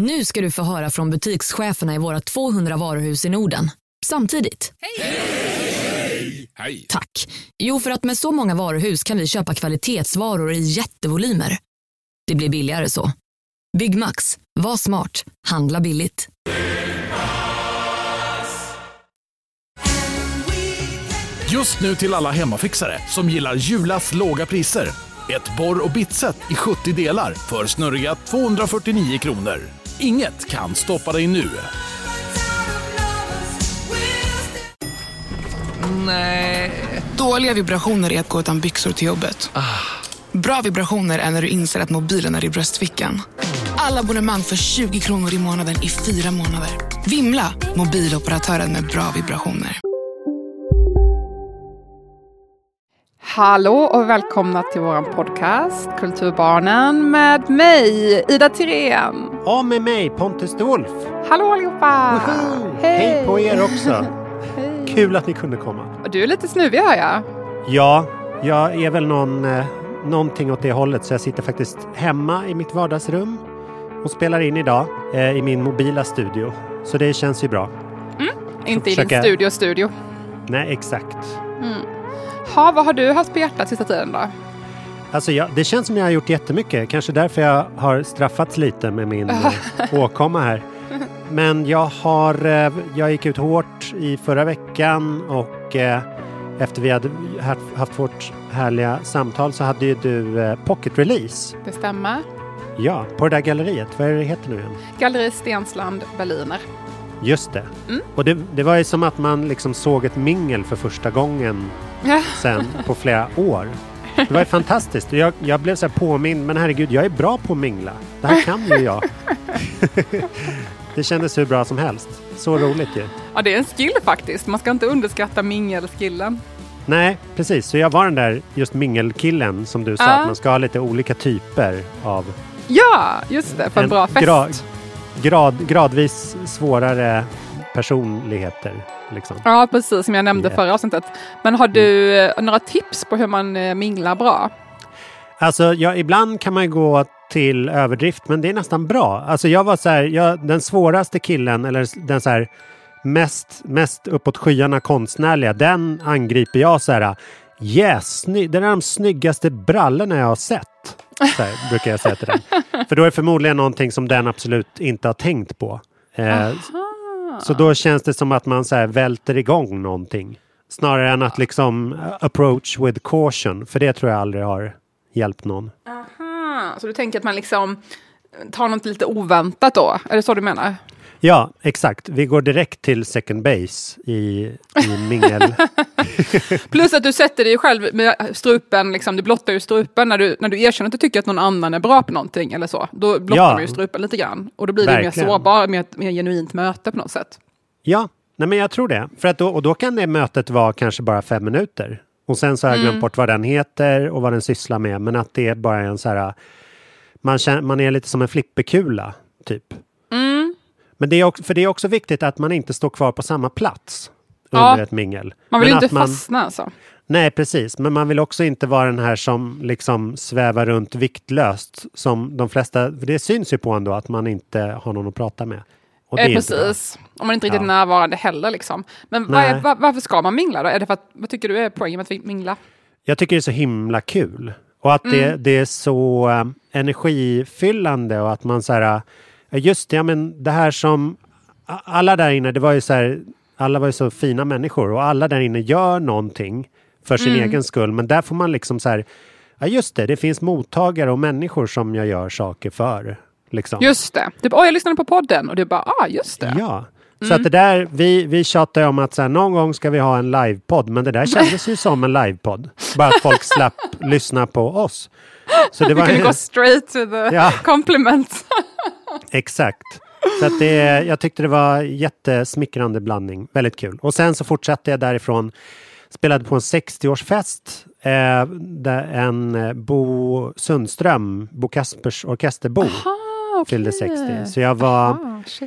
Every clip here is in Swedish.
Nu ska du få höra från butikscheferna i våra 200 varuhus i Norden. Samtidigt. Hej! Hej! Tack. Jo, för att med så många varuhus kan vi köpa kvalitetsvaror i jättevolymer. Det blir billigare så. Byggmax. Var smart. Handla billigt. Just nu till alla hemmafixare som gillar Julas låga priser. Ett borr- och bitset i 70 delar för snurriga 249 kronor. Inget kan stoppa dig nu. Nej. Dåliga vibrationer är att gå utan byxor till jobbet. Bra vibrationer är när du inser att mobilen är i bröstfickan. Alla abonnemang för 20 kronor i månaden i 4 månader. Vimla, mobiloperatören med bra vibrationer. Hallå och välkomna till våran podcast Kulturbarnen med mig, Ida Thirén. Och med mig, Pontus Wolf. Hallå allihopa! Hej på er också. Hej. Kul att ni kunde komma. Du är lite snuvig, hör jag. Ja, jag är väl någonting åt det hållet. Så jag sitter faktiskt hemma i mitt vardagsrum och spelar in idag i min mobila studio. Så det känns ju bra. Inte i din studio. Nej, exakt. Vad har du haft på hjärtat sista tiden då? Alltså det känns som jag har gjort jättemycket. Kanske därför jag har straffats lite med min åkomma här. Men jag gick ut hårt i förra veckan och efter vi hade haft vårt härliga samtal så hade ju du pocket release. Det stämmer. Ja, på det där galleriet. Vad är det heter nu igen? Galleri Stensland, Berliner. Just det. Och det var ju som att man liksom såg ett mingel för första gången sen på flera år. Det var ju fantastiskt. Jag blev så här påmind, men herregud, jag är bra på att mingla. Det här kan ju jag. Det kändes hur bra som helst. Så roligt ju. Ja, det är en skill faktiskt. Man ska inte underskatta mingelskillen. Nej, precis. Så jag var den där just mingelkillen som du sa. Att man ska ha lite olika typer av... Ja, just det. För en bra fest. Gradvis svårare personligheter. Liksom. Ja, precis. Som jag nämnde förra avsnittet. Men har du några tips på hur man minglar bra? Alltså, ibland kan man gå till överdrift, men det är nästan bra. Alltså, jag var så här, den svåraste killen, eller den så här mest uppåt skyarna konstnärliga, den angriper jag så här, yes, det är de snyggaste brallorna jag har sett. Så här, brukar jag säga till den. För då är det förmodligen någonting som den absolut inte har tänkt på. Så då känns det som att man så här välter igång någonting. Snarare än att liksom approach with caution. För det tror jag aldrig har hjälpt någon. Aha, så du tänker att man liksom tar något lite oväntat då? Är det så du menar? Ja, exakt. Vi går direkt till second base i mingel. Plus att du sätter dig själv med strupen, liksom, du blottar ju strupen när du erkänner att du tycker att någon annan är bra på någonting eller så. Då blottar du ju strupen lite grann. Och då blir det mer sårbar, mer genuint möte på något sätt. Ja, nej men jag tror det. För att då kan det mötet vara kanske bara 5 minuter. Och sen så har jag glömt bort vad den heter och vad den sysslar med. Men att det är bara en så här... Man är lite som en flipperkula, typ. Men det är också viktigt att man inte står kvar på samma plats under ett mingel. Man vill inte fastna alltså. Nej, precis. Men man vill också inte vara den här som liksom svävar runt viktlöst. Som de flesta, för det syns ju på ändå att man inte har någon att prata med. Och det är precis. Om man inte riktigt närvarande heller liksom. Men varför ska man mingla då? Är det för att, vad tycker du är poängen med att mingla? Jag tycker det är så himla kul. Och att det är så energifyllande och att man så här... Just det, men det här som alla där inne, det var ju så här, alla var ju så fina människor och alla där inne gör någonting för sin egen skull, men där får man liksom så här, ja just det finns mottagare och människor som jag gör saker för liksom. Just det. Typ, jag lyssnade på podden och det bara, just det. Ja. Så att det där, vi tjatar om att så här, någon gång ska vi ha en livepodd, men det där kändes ju som en livepodd. Bara att folk slapp lyssna på oss. Så det var kunde gå straight to the compliment. Exakt. Så att jag tyckte det var jättesmickrande blandning. Väldigt kul. Och sen så fortsatte jag därifrån. Spelade på en 60-årsfest. Där en Bo Sundström, Bo Kaspers orkesterbo, fyllde 60. Så jag var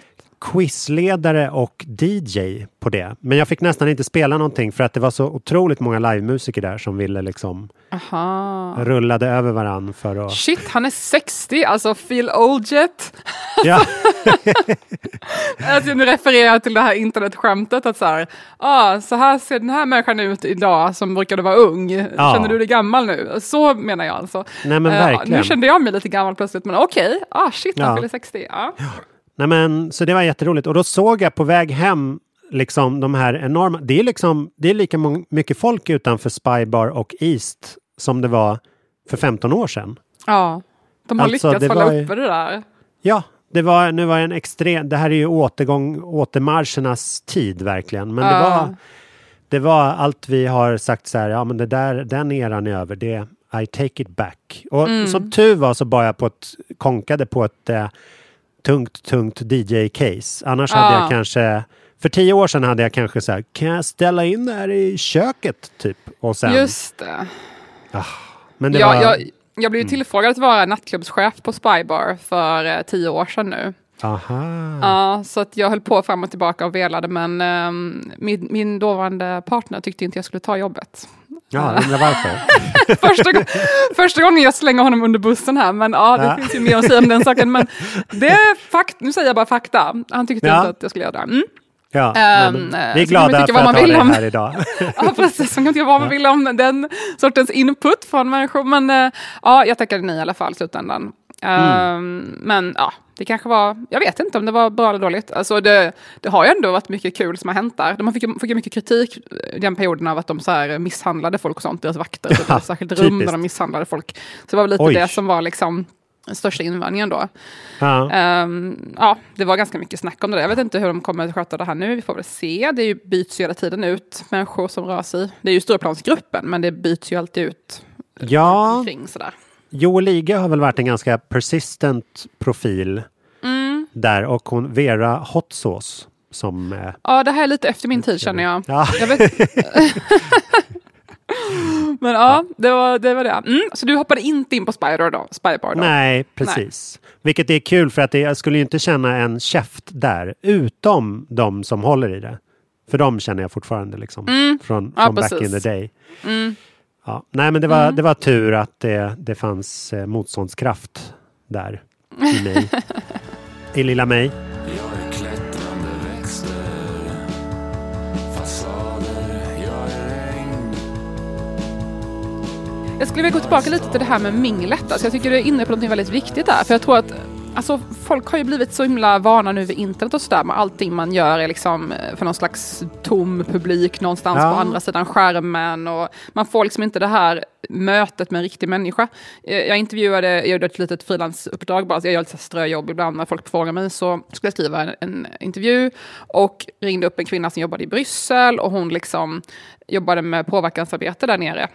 quizledare och DJ på det. Men jag fick nästan inte spela någonting för att det var så otroligt många livemusiker där som ville liksom rullade över varann för att... Shit, han är 60, alltså Phil Oljet. Ja. Alltså, nu refererar jag till det här internetskämtet att så här ser den här människan ut idag som brukade vara ung. Ja. Känner du dig gammal nu? Så menar jag alltså. Nej, men verkligen. Nu kände jag mig lite gammal plötsligt, men okej. Shit, han fyller 60. Ja. Nej, men så det var jätteroligt. Och då såg jag på väg hem liksom de här enorma... Det är lika mycket folk utanför Spybar och East som det var för 15 år sedan. Ja, de har lyckats hålla uppe det där. Ja, nu var en extrem... Det här är ju återmarschernas tid verkligen. Men det var allt vi har sagt så här, ja men den eran är över. Det I take it back. Och som tur var så bara jag konkade på ett tungt DJ-case. Annars hade jag kanske... För 10 år sedan hade jag kanske så här, kan jag ställa in det här i köket typ? Och sen... Just det. Men det jag blev ju tillfrågad att vara nattklubbschef på Spybar för 10 år sedan nu. Aha. Ja, så att jag höll på fram och tillbaka och velade, men min dåvarande partner tyckte inte jag skulle ta jobbet. Ja, undrar varför. första gången jag slänger honom under bussen här, men det finns ju mer att säga om den saken. Men det är nu säger jag bara fakta. Han tyckte inte att jag skulle göra det. Ja, vi är glada för att ha dig här idag. Ja, precis. Man kan tycka vad man vill om den sortens input från människor. Men jag tackade nej i alla fall i slutändan. Men det kanske var, jag vet inte om det var bra eller dåligt. Alltså det har ju ändå varit mycket kul som har hänt där. De fick mycket kritik i den perioden av att de så här misshandlade folk och sånt, deras vakter. Ja, särskilt rum där de misshandlade folk. Så det var väl lite det som var liksom den största invändningen då. Det var ganska mycket snack om det där. Jag vet inte hur de kommer att sköta det här nu. Vi får väl se. Det byts ju hela tiden ut människor som rör sig. Det är ju Stureplansgruppen, men det byts ju alltid ut kring sådär. Joel Ige har väl varit en ganska persistent profil där, och hon Vera Hot Sauce som... Ja, det här är lite efter min tid känner jag. Ja. Jag vet... Men det var det. Så du hoppade inte in på Spybar då? Nej, precis. Nej. Vilket är kul för att jag skulle ju inte känna en käft där, utom de som håller i det. För de känner jag fortfarande liksom från back in the day. Ja, nej, men det var tur att det fanns motståndskraft där i mig. I lilla mig. Jag är klättrande växter, fasader, jag är regn. Jag skulle vilja gå tillbaka lite till det här med minglet. Alltså jag tycker du är inne på något väldigt viktigt där. För jag tror att folk har ju blivit så himla vana nu vid internet och sådär, med allting man gör är liksom för någon slags tom publik någonstans på andra sidan skärmen, och man får liksom inte det här mötet med en riktig människa. Jag gjorde ett litet frilansuppdrag bara, så jag gör lite ströjobb ibland när folk frågar mig, så skulle jag skriva en intervju och ringde upp en kvinna som jobbade i Bryssel, och hon liksom jobbade med påverkansarbete där nere.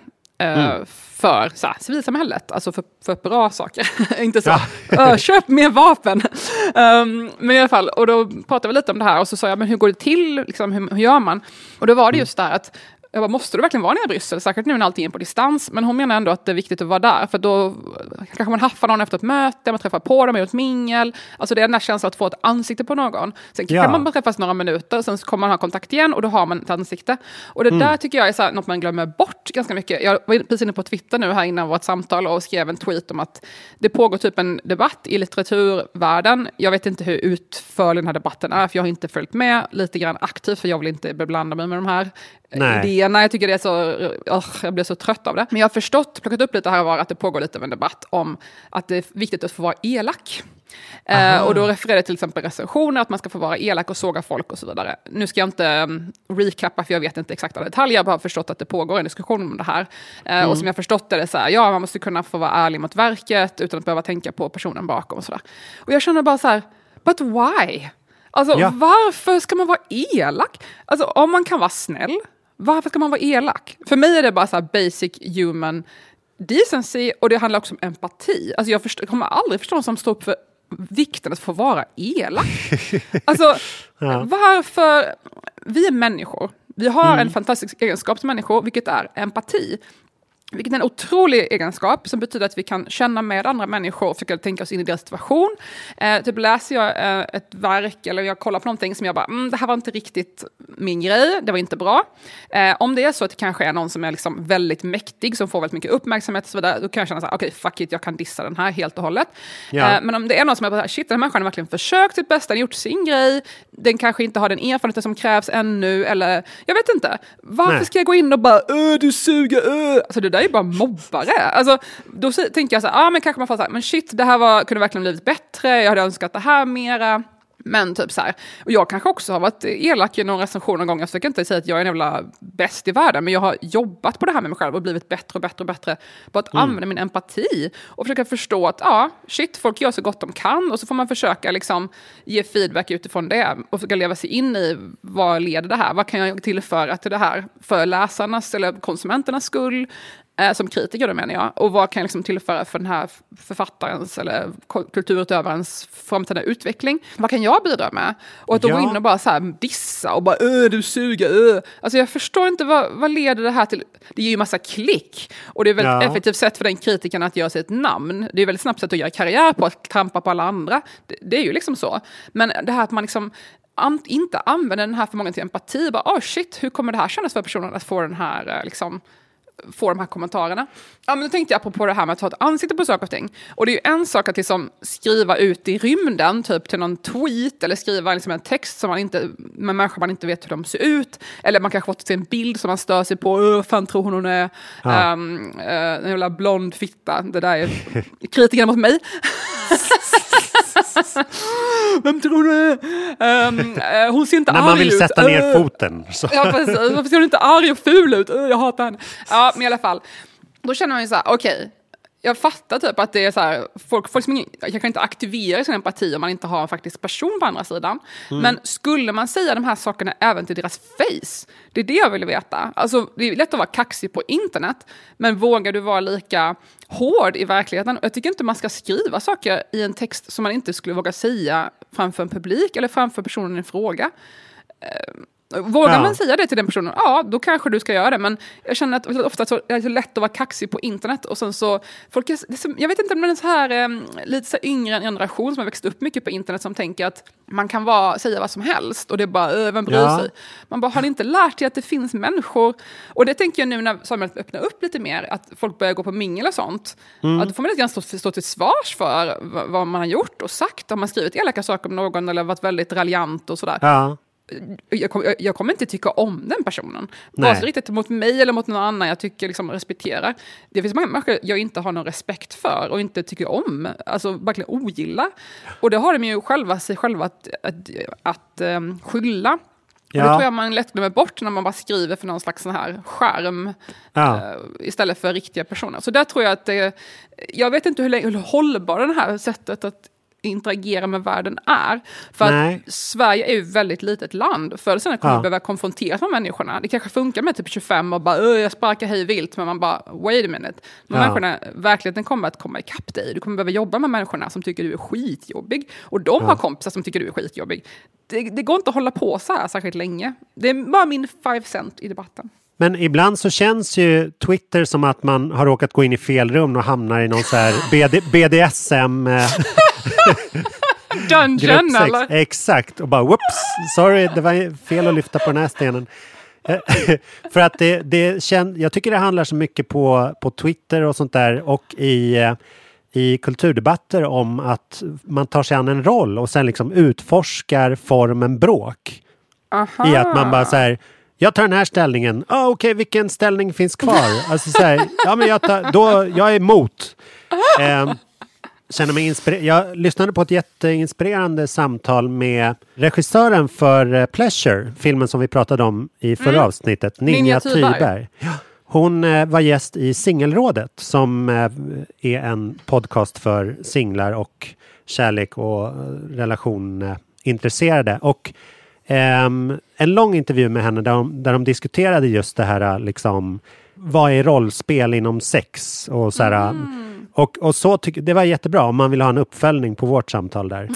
För civilsamhället, alltså för bra saker. Inte så, köp mer vapen. Men i alla fall, och då pratade vi lite om det här, och så sa jag, men hur går det till? Liksom, hur gör man? Och då var det just där att jag bara, måste du verkligen vara nere i Bryssel? Säkert nu när allting är på distans. Men hon menar ändå att det är viktigt att vara där. För då kanske man haffar någon efter ett möte, man träffar på dem, gör ett mingel. Alltså det är den här känslan att få ett ansikte på någon. Sen kan man bara träffas några minuter, sen kommer man ha kontakt igen och då har man ett ansikte. Och det där tycker jag är så här, något man glömmer bort ganska mycket. Jag var precis inne på Twitter nu här innan vårt samtal och skrev en tweet om att det pågår typ en debatt i litteraturvärlden. Jag vet inte hur utförlig den här debatten är, för jag har inte följt med lite grann aktivt, för jag vill inte beblanda mig med de här idéerna. Jag tycker det är så, jag blir så trött av det. Men jag har plockat upp lite här och var att det pågår lite av en debatt om att det är viktigt att få vara elak. Och då refererar jag till exempel recensioner, att man ska få vara elak och såga folk och så vidare. Nu ska jag inte recappa, för jag vet inte exakta detaljer. Jag har bara förstått att det pågår en diskussion om det här. Och som jag förstått det så här, man måste kunna få vara ärlig mot verket utan att behöva tänka på personen bakom och sådär. Och jag känner bara så här, but why? Alltså varför ska man vara elak? Alltså om man kan vara snäll, varför ska man vara elak? För mig är det bara så här basic human decency, och det handlar också om empati. Alltså jag kommer aldrig förstå någon som står upp för vikten att få vara elak. Alltså varför? Vi är människor. Vi har en fantastisk egenskap som människor, vilket är empati. Vilket är en otrolig egenskap som betyder att vi kan känna med andra människor och försöka tänka oss in i deras situation. Typ läser jag ett verk eller jag kollar på någonting som jag bara, det här var inte riktigt min grej, det var inte bra. Om det är så att det kanske är någon som är liksom väldigt mäktig, som får väldigt mycket uppmärksamhet och så vidare, då kan jag känna så här, okej, fuck it, jag kan dissa den här helt och hållet. Ja. Men om det är någon som är bara, shit, den här människan har verkligen försökt sitt bästa, den har gjort sin grej, den kanske inte har den erfarenheten som krävs ännu, eller jag vet inte. Varför ska jag gå in och bara, du suger, Alltså det där är bara mobbare. Alltså, då tänker jag så här, men kanske man får så här, men shit, det här kunde verkligen blivit bättre, jag hade önskat det här mera. Men typ så här, och jag kanske också har varit elak i någon recension någon gång. Jag försöker inte säga att jag är en jävla bäst i världen, men jag har jobbat på det här med mig själv och blivit bättre och bättre och bättre på att använda min empati och försöka förstå att shit, folk gör så gott de kan, och så får man försöka liksom ge feedback utifrån det och försöka leva sig in i vad leder det här, vad kan jag tillföra till det här för läsarnas eller konsumenternas skull, som kritiker då menar jag, och vad kan jag liksom tillföra för den här författarens eller kulturutövarens framtida utveckling, vad kan jag bidra med, och att då gå in och bara så här dissa och bara du suger, alltså jag förstår inte vad leder det här till. Det ger ju massa klick och det är väldigt effektivt sätt för den kritiken att göra sig ett namn, det är väldigt snabbt sätt att göra karriär på, att trampa på alla andra, det är ju liksom så, men det här att man liksom inte använder den här förmågan till empati, bara shit, hur kommer det här kännas för personen att få den här liksom få de här kommentarerna. Ja, men då tänkte jag på det här med att ha ett ansikte på saker och ting. Och det är ju en sak att liksom skriva ut i rymden, typ till någon tweet, eller skriva liksom en text som med människor man inte vet hur de ser ut. Eller man kanske fått se en bild som man stör sig på. Vad fan tror hon är? En jävla blond fitta. Det där är kritikerna mot mig. Vem tror du? Hon ser inte arg ut. När man vill sätta ner foten. Så. Ja, precis. Varför ser hon inte arg och ful ut? Jag hatar henne. Ja, men i alla fall. Då känner man ju så här, okej. Jag fattar typ att det är så här, folk som jag kan inte aktivera sin empati om man inte har en faktisk person på andra sidan. Men skulle man säga de här sakerna även till deras face? Det är det jag vill veta. Alltså, det är lätt att vara kaxig på internet, men vågar du vara lika hård i verkligheten? Jag tycker inte man ska skriva saker i en text som man inte skulle våga säga framför en publik eller framför personen i fråga. Vågar man säga det till den personen, då kanske du ska göra det, men jag känner att ofta så är det så lätt att vara kaxig på internet, och sen så folk jag vet inte om det är så här lite så yngre generation som har växt upp mycket på internet som tänker att man kan säga vad som helst och det är bara vem bryr sig. Man bara har inte lärt sig att det finns människor, och det tänker jag nu när samhället öppnar upp lite mer, att folk börjar gå på mingel och sånt, att då får man lite grann stå till svars för vad man har gjort och sagt, om man skrivit elaka saker om någon eller varit väldigt raljant och sådär. Jag kommer inte tycka om den personen. Vare sig riktigt mot mig eller mot någon annan jag tycker liksom respekterar. Det finns många människor jag inte har någon respekt för och inte tycker om. Alltså verkligen ogillar. Och det har de ju sig själva att skylla. Och det tror jag man lätt glömmer bort när man bara skriver för någon slags sån här skärm istället för riktiga personer. Så där tror jag att jag vet inte hur hållbar det här sättet att interagera med världen är. För att Sverige är ju ett väldigt litet land. Förr sen kommer man behöva konfronteras med människorna. Det kanske funkar med typ 25 och bara jag sparkar hej vilt, men man bara wait a minute. Men människorna, verkligheten kommer att komma ikapp dig. Du kommer behöva jobba med människorna som tycker du är skitjobbig. Och de har kompisar som tycker du är skitjobbig. Det går inte att hålla på så här särskilt länge. Det är bara min 5 cent i debatten. Men ibland så känns ju Twitter som att man har råkat gå in i fel rum och hamnar i någon så här BDSM dungeon eller? Exakt, och bara whoops, sorry, det var fel att lyfta på den här stenen. För att jag tycker det handlar så mycket på Twitter och sånt där, och i kulturdebatter om att man tar sig an en roll och sen liksom utforskar formen bråk. I att man bara så här, jag tar den här ställningen. Okej, vilken ställning finns kvar? Alltså så här, men jag är emot. Känner mig jag lyssnade på ett jätteinspirerande samtal med regissören för Pleasure, filmen som vi pratade om i förra avsnittet, Ninja Thyberg. Hon var gäst i Singelrådet, som är en podcast för singlar och kärlek och relation intresserade. Och en lång intervju med henne där de diskuterade just det här liksom, vad är rollspel inom sex och så här, Och så det var jättebra om man vill ha en uppföljning på vårt samtal där.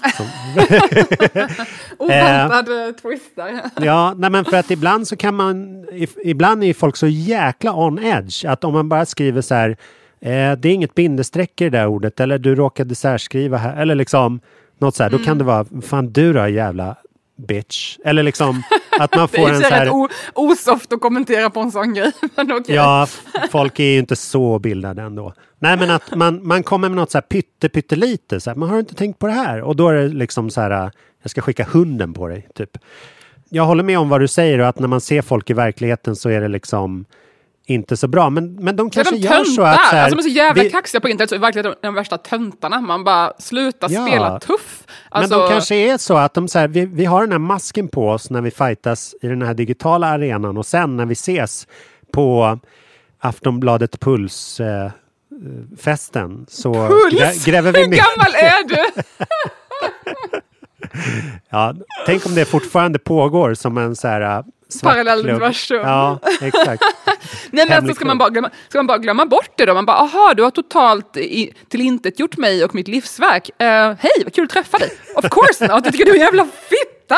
Oväntad twist där. Ja, nej, men för att ibland så kan man... Ibland är folk så jäkla on edge att om man bara skriver så här det är inget bindestreck i det där ordet eller du råkade särskriva här eller liksom något så här, då kan det vara fan du då jävla bitch. Eller liksom att man får en så här... Det är osoft att kommentera på en sån grej. Men okay. Ja, folk är ju inte så bildade ändå. Nej, men att man kommer med något så här pyttelite. Så här, man har inte tänkt på det här. Och då är det liksom så här, jag ska skicka hunden på dig, typ. Jag håller med om vad du säger och att när man ser folk i verkligheten så är det liksom inte så bra. Men de kanske gör så att... Så här, alltså, de är så jävla kaxiga på internet så är verkligen de värsta töntarna. Man bara slutar spela tuff. Alltså... Men de kanske är så att de så här, vi har den här masken på oss när vi fightas i den här digitala arenan och sen när vi ses på Aftonbladet Puls festen så gräver vi Hur gammal är du? Ja, tänk om det fortfarande pågår som en så här parallell universum. Ja, exakt. Nej, men alltså, ska man bara glömma bort det då? Man bara, aha, du har totalt tillintet gjort mig och mitt livsverk. Hej, vad kul att träffa dig. Of course not, jag tycker du är en jävla fitta.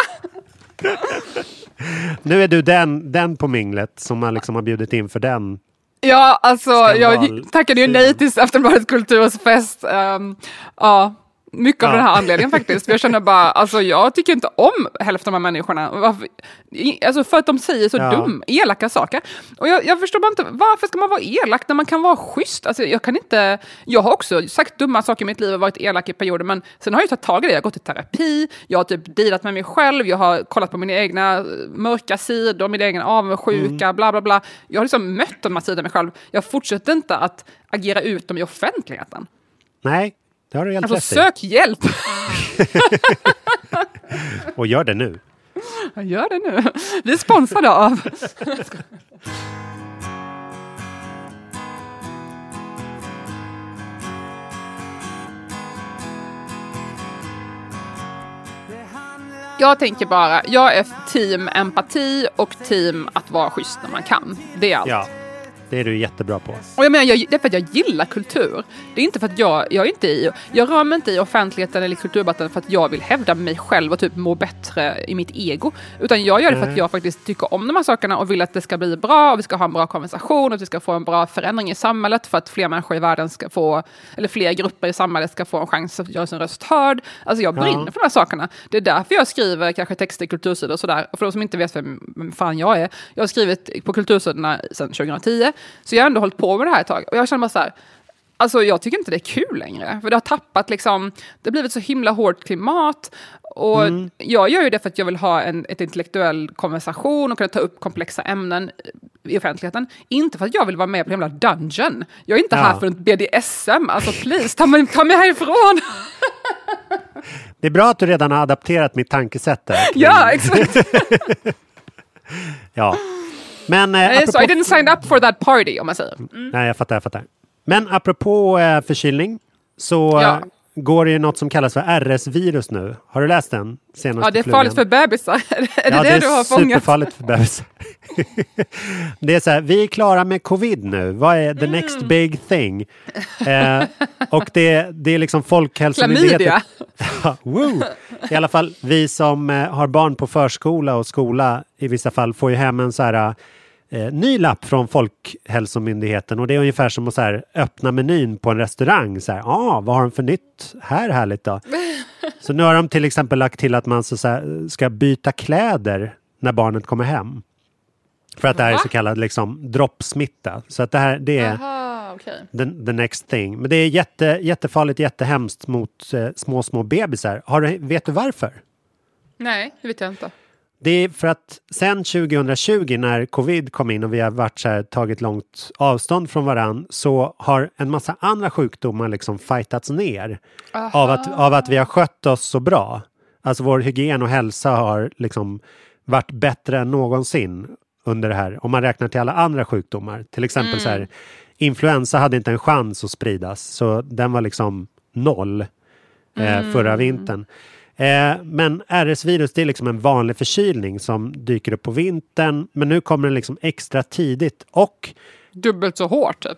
Nu är du den på minglet som man liksom har bjudit in för den. Ja, alltså jag tackade ju nej till Aftonbladet Kultursfest. Ja. Mycket av den här anledningen faktiskt. För jag känner bara, alltså jag tycker inte om hälften av de här människorna. Alltså för att de säger så elaka saker. Och jag förstår bara inte, varför ska man vara elak när man kan vara schysst? Alltså jag har också sagt dumma saker i mitt liv och varit elak i perioder. Men sen har jag tagit tag i det. Jag har gått i terapi. Jag har typ dealat med mig själv. Jag har kollat på mina egna mörka sidor, mina egna avundsjuka, bla bla bla. Jag har liksom mött de här sidorna mig själv. Jag fortsätter inte att agera ut dem i offentligheten. Nej. Det har du helt alltså sök hjälp. Och gör det nu. Jag gör det nu. Vi är sponsrade av. Jag tänker bara, jag är team empati och team att vara schysst när man kan. Det är allt. Ja. Det är du jättebra på. Och jag menar, det är för att jag gillar kultur. Det är inte för att jag rör mig inte i offentligheten eller i kulturdebatten för att jag vill hävda mig själv och typ må bättre i mitt ego. Utan jag gör det för att jag faktiskt tycker om de här sakerna och vill att det ska bli bra och vi ska ha en bra konversation och att vi ska få en bra förändring i samhället för att fler människor i världen ska få, eller fler grupper i samhället ska få en chans att göra sin röst hörd. Alltså jag brinner för de här sakerna. Det är därför jag skriver kanske texter i kultursidor och sådär. Och för de som inte vet vem fan jag har skrivit på kultursidorna sedan 2010. Så jag har ändå hållit på med det här ett tag. Och jag känner bara så här, alltså jag tycker inte det är kul längre. För det har tappat liksom, det har blivit så himla hårt klimat. Och jag gör ju det för att jag vill ha ett intellektuell konversation och kunna ta upp komplexa ämnen i offentligheten. Inte för att jag vill vara med på en jävla dungeon. Jag är inte här för en BDSM. Alltså please, ta mig härifrån. Det är bra att du redan har adapterat mitt tankesätt där. Ja, exakt. Ja. Men, so I didn't sign up for that party, om man säger. Nej, jag fattar. Men apropå förkylning så går det ju något som kallas för RS-virus nu. Har du läst den senaste? Ja, det är farligt för bebisar. Är det du har fångat? Ja, det är superfarligt för bebisar. Det är så här, vi är klara med covid nu. Vad är the next big thing? Och det är liksom Folkhälsomyndigheten. I alla fall, vi som har barn på förskola och skola i vissa fall får ju hem en så här ny lapp från Folkhälsomyndigheten och det är ungefär som att så här, öppna menyn på en restaurang. Så här, vad har de för nytt? Härligt då. Så nu har de till exempel lagt till att man så här, ska byta kläder när barnet kommer hem. För att det här är så kallad liksom, droppsmitta. Så att det är the next thing. Men det är jättefarligt, jättehemskt mot små bebisar. Vet du varför? Nej, det vet jag inte. Det är för att sen 2020 när covid kom in och vi har varit så här, tagit långt avstånd från varann så har en massa andra sjukdomar liksom fightats ner av att vi har skött oss så bra. Alltså vår hygien och hälsa har liksom varit bättre än någonsin under det här. Om man räknar till alla andra sjukdomar. Till exempel så här, influensa hade inte en chans att spridas så den var liksom 0 förra vintern. Men RS-virus det är liksom en vanlig förkylning som dyker upp på vintern. Men nu kommer den liksom extra tidigt och... Dubbelt så hårt typ.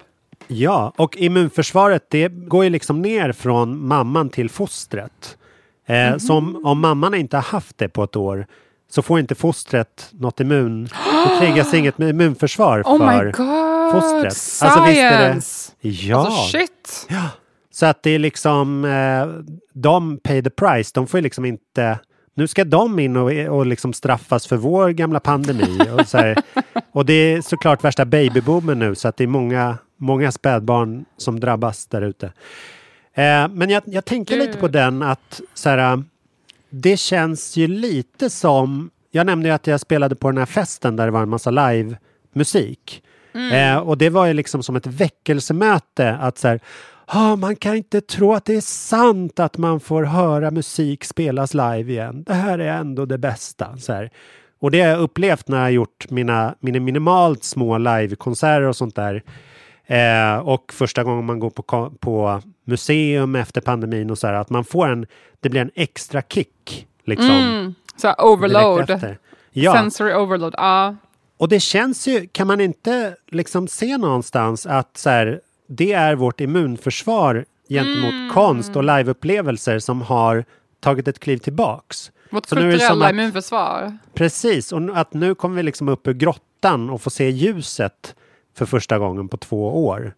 Ja, och immunförsvaret det går ju liksom ner från mamman till fostret. Så om mamman inte har haft det på ett år så får inte fostret något det triggas inget med immunförsvar för fostret. Science! Alltså visst är det... Ja. Alltså shit! Ja. Så att det är liksom de pay the price. De får ju liksom inte... Nu ska de in och liksom straffas för vår gamla pandemi. Och, så här. Och det är såklart värsta babyboomen nu. Så att det är många spädbarn som drabbas där ute. Men jag tänker lite på den att så här, det känns ju lite som... Jag nämnde ju att jag spelade på den här festen där det var en massa live-musik. Och det var ju liksom som ett väckelsemöte att så här... man kan inte tro att det är sant att man får höra musik spelas live igen. Det här är ändå det bästa. Så här. Och det har jag upplevt när jag har gjort mina minimalt små livekonserter och sånt där. Och första gången man går på museum efter pandemin och så här, att man får det blir en extra kick. Liksom, så overload. Ja. Sensory overload. Och det känns ju, kan man inte liksom se någonstans att så här, det är vårt immunförsvar gentemot konst och liveupplevelser som har tagit ett kliv tillbaks. Vårt kulturella immunförsvar. Precis, och att nu kommer vi liksom upp ur grottan och får se ljuset för första gången på 2 år.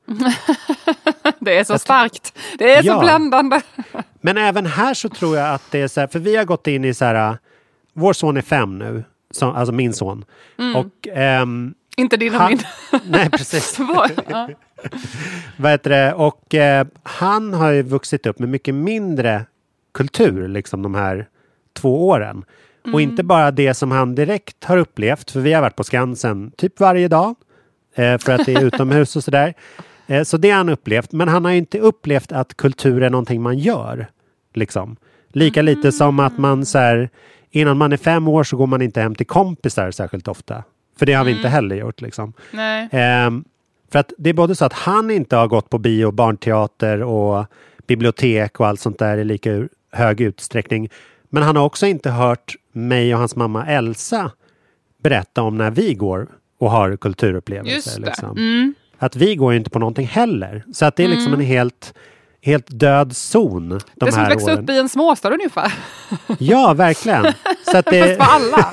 Det är så starkt. Det är så bländande. Men även här så tror jag att det är så här, för vi har gått in i så här, vår son är 5 nu, alltså min son. Och inte din och min. Nej, precis. Vad heter det? Och han har ju vuxit upp med mycket mindre kultur liksom de här 2 åren. Och inte bara det som han direkt har upplevt, för vi har varit på Skansen typ varje dag för att det är utomhus och sådär. Så det har han upplevt, men han har ju inte upplevt att kultur är någonting man gör. Liksom. Lika lite som att man så här, innan man är 5 år så går man inte hem till kompisar särskilt ofta. För det har vi inte heller gjort liksom. Nej. För att det är både så att han inte har gått på bio, barnteater och bibliotek och allt sånt där i lika hög utsträckning. Men han har också inte hört mig och hans mamma Elsa berätta om när vi går och har kulturupplevelser. Just det. Liksom. Att vi går ju inte på någonting heller. Så att det är liksom en helt död zon. Det är som att växa upp i en småstad ungefär. Ja, verkligen. Så att det... Fast för alla.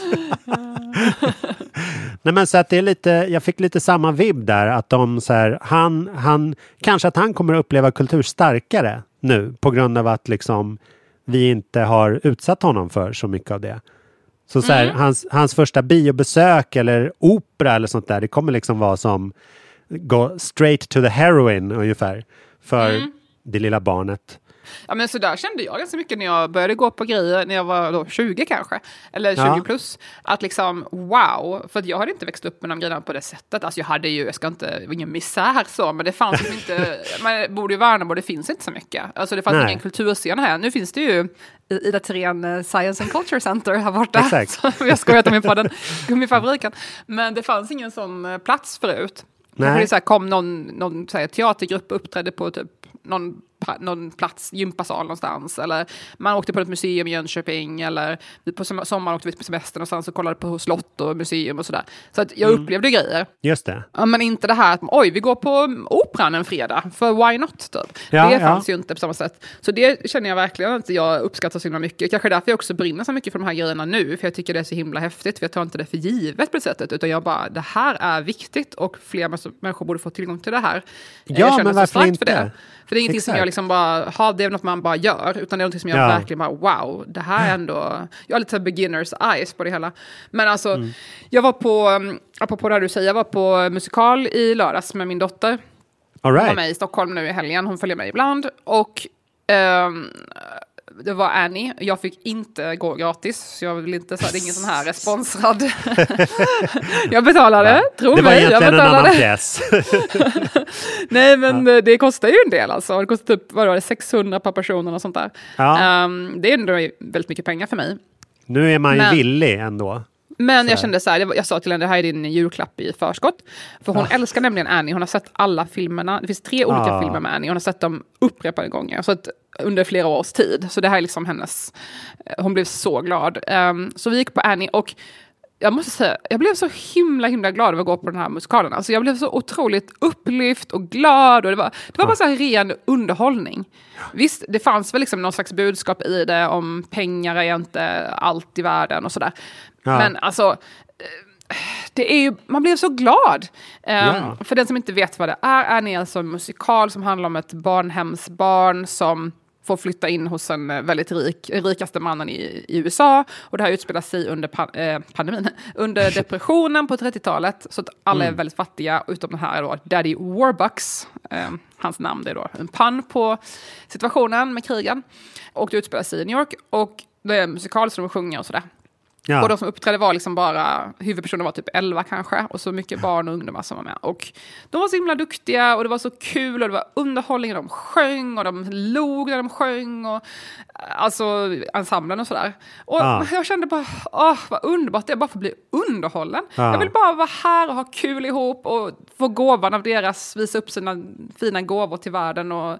Nej, men så att det är lite, jag fick lite samma vibb där att de så här, han kanske att han kommer att uppleva kultur starkare nu på grund av att liksom vi inte har utsatt honom för så mycket av det. Så så här, hans första biobesök eller opera eller sånt där, det kommer liksom vara som gå straight to the heroin ungefär för det lilla barnet. Ja, men så där kände jag ganska mycket när jag började gå på grejer när jag var då 20 kanske, eller 20 plus, att liksom wow, för att jag hade inte växt upp med de grejerna på det sättet. Alltså jag hade ju, jag ska inte, ingen misär så, men det fanns ju inte, man borde ju Värnamo, det finns inte så mycket. Alltså det fanns ingen kulturscen här. Nu finns det ju Ida Thirén Science and Culture Center här borta. Exakt. Jag skojat om på den gummifabriken. Men det fanns ingen sån plats förut. Det så här, kom någon så här, teatergrupp uppträdde på typ någon plats, gympasal någonstans, eller man åkte på ett museum i Jönköping, eller på sommaren åkte vi på semester någonstans och kollade på slott och museum och sådär. Så att jag upplevde grejer. Just det. Ja, men inte det här att vi går på operan en fredag, för why not typ. Det fanns ju inte på samma sätt. Så det känner jag verkligen att jag uppskattar så himla mycket. Kanske därför jag också brinner så mycket för de här grejerna nu, för jag tycker det är så himla häftigt, för jag tar inte det för givet på det sättet, utan jag bara, det här är viktigt och fler människor borde få tillgång till det här. Ja, jag känner men varför så inte? för det. För det är ingenting som jag liksom bara har, det är något man bara gör, utan det är något som jag verkligen bara, wow, det här är ändå, jag har lite beginners eyes på det hela. Men alltså, jag var apropå det du säger, jag var på musikal i lördags med min dotter. All right. Hon var med i Stockholm nu i helgen, hon följer med ibland, och det var Annie. Jag fick inte gå gratis. Så jag vill inte säga, det är ingen sån här sponsrad. Jag betalade, tro mig. Det var egentligen en annan pjäs. Nej, men det kostar ju en del alltså. Det kostar typ, vad var det, 600 per person och sånt där. Ja. Det är ändå väldigt mycket pengar för mig. Nu är man ju villig ändå. Men jag kände så här, jag sa till henne, det här är din julklapp i förskott. För hon älskar nämligen Annie. Hon har sett alla filmerna. Det finns 3 olika filmer med Annie. Hon har sett dem upprepade gånger. Så att under flera års tid. Så det här är liksom hennes... Hon blev så glad. Så vi gick på Annie och jag måste säga, jag blev så himla glad av att gå på den här musikalen. Alltså jag blev så otroligt upplyft och glad. Och det var bara så här ren underhållning. Visst, det fanns väl liksom någon slags budskap i det om pengar är inte allt i världen och sådär. Ja. Men alltså, det är ju, man blev så glad. För den som inte vet vad det är ni alltså en musikal som handlar om ett barnhemsbarn som får flytta in hos en väldigt rikaste mannen i USA. Och det här utspelar sig under pandemin. Under depressionen på 30-talet. Så att alla är väldigt fattiga. Utom den här då, Daddy Warbucks. Hans namn är då en pann på situationen med krigen. Och det utspelar sig i New York. Och det är en musikal som de sjunger och sådär. Ja. Och de som uppträdde var liksom bara, huvudpersonen var typ 11 kanske, och så mycket barn och ungdomar som var med. Och de var så himla duktiga och det var så kul och det var underhållning och de sjöng och de log när de sjöng och alltså ensemblen och sådär. Och jag kände bara, vad underbart det är bara för att bli underhållen. Jag vill bara vara här och ha kul ihop och få gåvan av deras, visa upp sina fina gåvor till världen och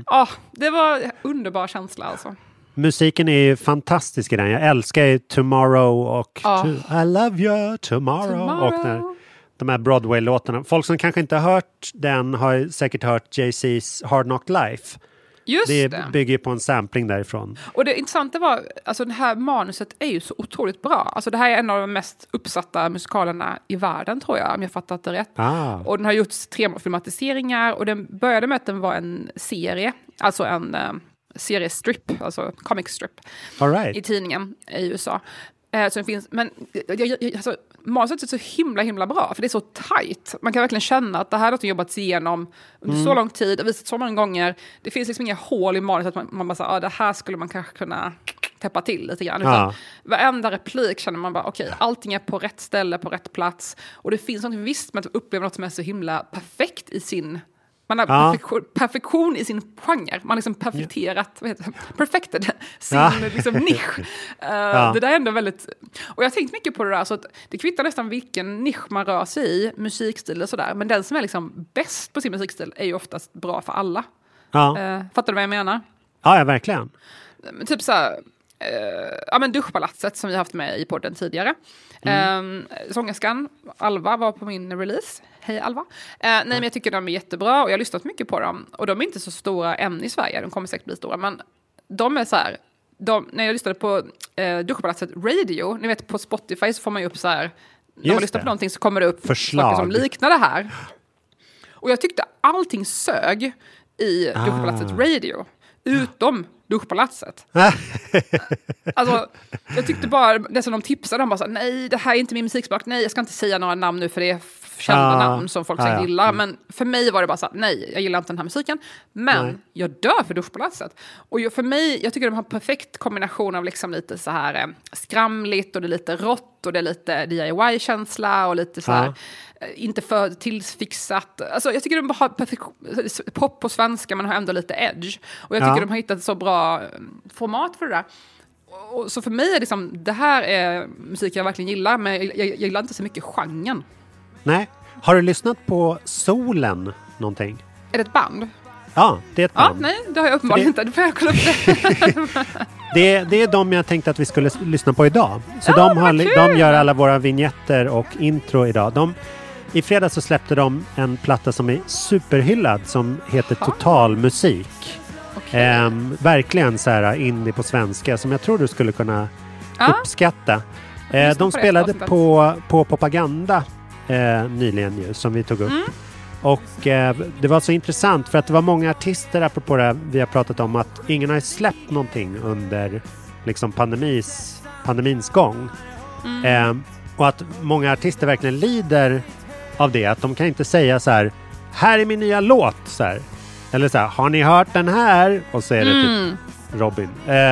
det var en underbar känsla alltså. Musiken är ju fantastisk i den. Jag älskar ju Tomorrow och I love you tomorrow. Och de här Broadway-låtarna. Folk som kanske inte har hört den har säkert hört Jay-Z's Hard Knock Life. Just det bygger på en sampling därifrån. Och det intressanta var, alltså det här manuset är ju så otroligt bra. Alltså det här är en av de mest uppsatta musikalerna i världen tror jag, om jag fattat det rätt. Och den har gjorts 3 filmatiseringar och den började med att den var en serie, alltså en seriestrip, alltså comic strip i tidningen i USA. Så det finns, men alltså, manuset är så himla bra för det är så tight. Man kan verkligen känna att det här har jobbats igenom under så lång tid och visat så många gånger. Det finns liksom inga hål i manuset att man bara säger, det här skulle man kanske kunna täppa till lite grann. Utan varenda replik känner man bara, okej, allting är på rätt ställe, på rätt plats. Och det finns något visst med att uppleva något som är så himla perfekt i sin... Man har perfektion i sin genre. Man har liksom perfected sin liksom nisch. Det där är ändå väldigt... Och jag har tänkt mycket på det där. Så att det kvittar nästan vilken nisch man rör sig i. Musikstil och sådär. Men den som är liksom bäst på sin musikstil är ju oftast bra för alla. Fattar du vad jag menar? Ja, verkligen. Typ så här... men Duschpalatset som vi haft med i podden tidigare. Sångerskan Alva var på min release. Hej Alva. Nej, men jag tycker de är jättebra och jag har lyssnat mycket på dem. Och de är inte så stora än i Sverige. De kommer säkert bli stora. Men de är så här... när jag lyssnade på Duschpalatset Radio, ni vet på Spotify så får man ju upp så här... När man lyssnar på någonting så kommer det upp förslag som liknar det här. Och jag tyckte allting sög i Duschpalatset Radio. Utom Duschpalatset. Alltså, jag tyckte bara, det som de tipsade, de bara så, nej, det här är inte min musiksmak, nej, jag ska inte säga några namn nu för det är kända namn som folk säkert gillar, men för mig var det bara så, nej, jag gillar inte den här musiken, men jag dör för Duschpalatset. Och för mig, jag tycker de har en perfekt kombination av liksom lite så här skramligt och det är lite rått och det är lite DIY-känsla och lite så här inte för tillfixat. Alltså jag tycker de har pop på svenska men har ändå lite edge. Och jag tycker de har hittat så bra format för det där. Och så för mig är liksom, det här är musik jag verkligen gillar, men jag gillar inte så mycket genren. Nej. Har du lyssnat på Solen någonting? Är det ett band? Ja, det är ett band. Nej, det har jag uppenbarligen inte. Det får jag kolla upp det. Det är de jag tänkte att vi skulle lyssna på idag. Så de gör alla våra vignetter och intro idag. I fredags så släppte de en platta som är superhyllad som heter Totalmusik. Verkligen så här indie på svenska som jag tror du skulle kunna uppskatta. De spelade på Propaganda nyligen ju, som vi tog upp. Och det var så intressant för att det var många artister, apropå det vi har pratat om, att ingen har släppt någonting under liksom pandemins gång. Och att många artister verkligen lider av det, att de kan inte säga så här är min nya låt så här. Eller så här, har ni hört den här? Och så är det typ Robin.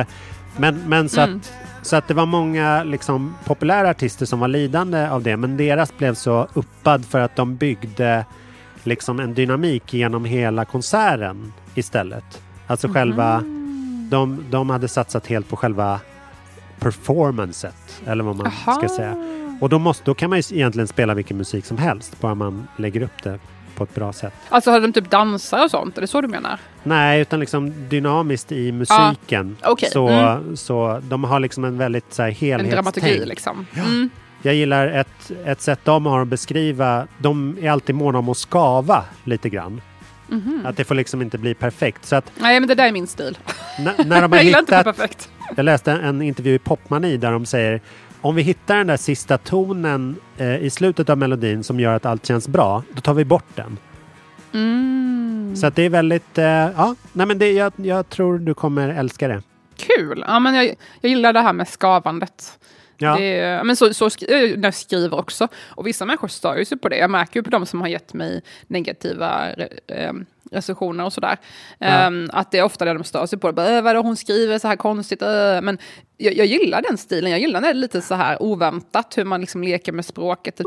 Men så att det var många liksom populära artister som var lidande av det, men deras blev så uppad för att de byggde liksom en dynamik genom hela konserten istället. Alltså själva de hade satsat helt på själva performancet, eller vad man ska säga. Och då kan man ju egentligen spela vilken musik som helst, bara man lägger upp det på ett bra sätt. Alltså hade de typ dansar och sånt? Är det så du menar? Nej, utan liksom dynamiskt i musiken. Okay. Så de har liksom en väldigt så här helhetstänk. En dramaturgi liksom. Jag gillar ett sätt de har att beskriva. De är alltid måna om att skava lite grann. Att det får liksom inte bli perfekt. Så att, nej, men det där är min stil. När de har jag gillar inte perfekt. Jag läste en intervju i Popmani där de säger om vi hittar den där sista tonen i slutet av melodin som gör att allt känns bra, då tar vi bort den. Så att det är väldigt... jag tror du kommer älska det. Kul! Ja, men jag gillar det här med skavandet. Ja. Men så när jag skriver också. Och vissa människor stör ju sig på det. Jag märker ju på de som har gett mig negativa recensioner och sådär. Att det är ofta det de stör sig på. Vad är det hon skriver så här konstigt? Men jag gillar den stilen. Jag gillar när det är lite så här oväntat. Hur man liksom leker med språket.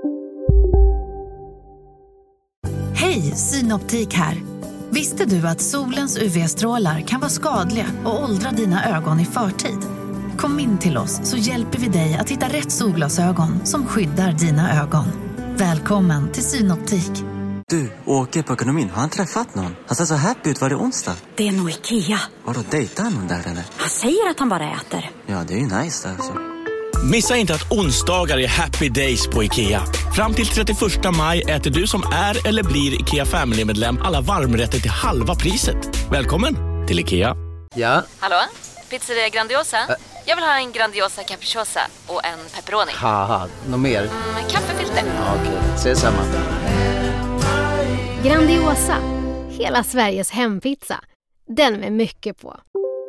Hej, Synoptik här. Visste du att solens UV-strålar kan vara skadliga och åldra dina ögon i förtid? Kom in till oss så hjälper vi dig att hitta rätt solglasögon som skyddar dina ögon. Välkommen till Synoptik. Du, åker på ekonomin. Har han träffat någon? Han ser så happy ut. Var det onsdag? Det är nog Ikea. Vadå, dejtar han någon där eller? Han säger att han bara äter. Ja, det är ju nice alltså. Missa inte att onsdagar är happy days på Ikea. Fram till 31 maj äter du som är eller blir Ikea Family-medlem alla varmrätter till halva priset. Välkommen till Ikea. Ja? Hallå? Pizzeria Grandiosa? Jag vill ha en Grandiosa capriciosa och en pepperoni. Haha, något mer? Kaffefilter. Ja, okej, ses samma. Grandiosa, hela Sveriges hempizza. Den med mycket på.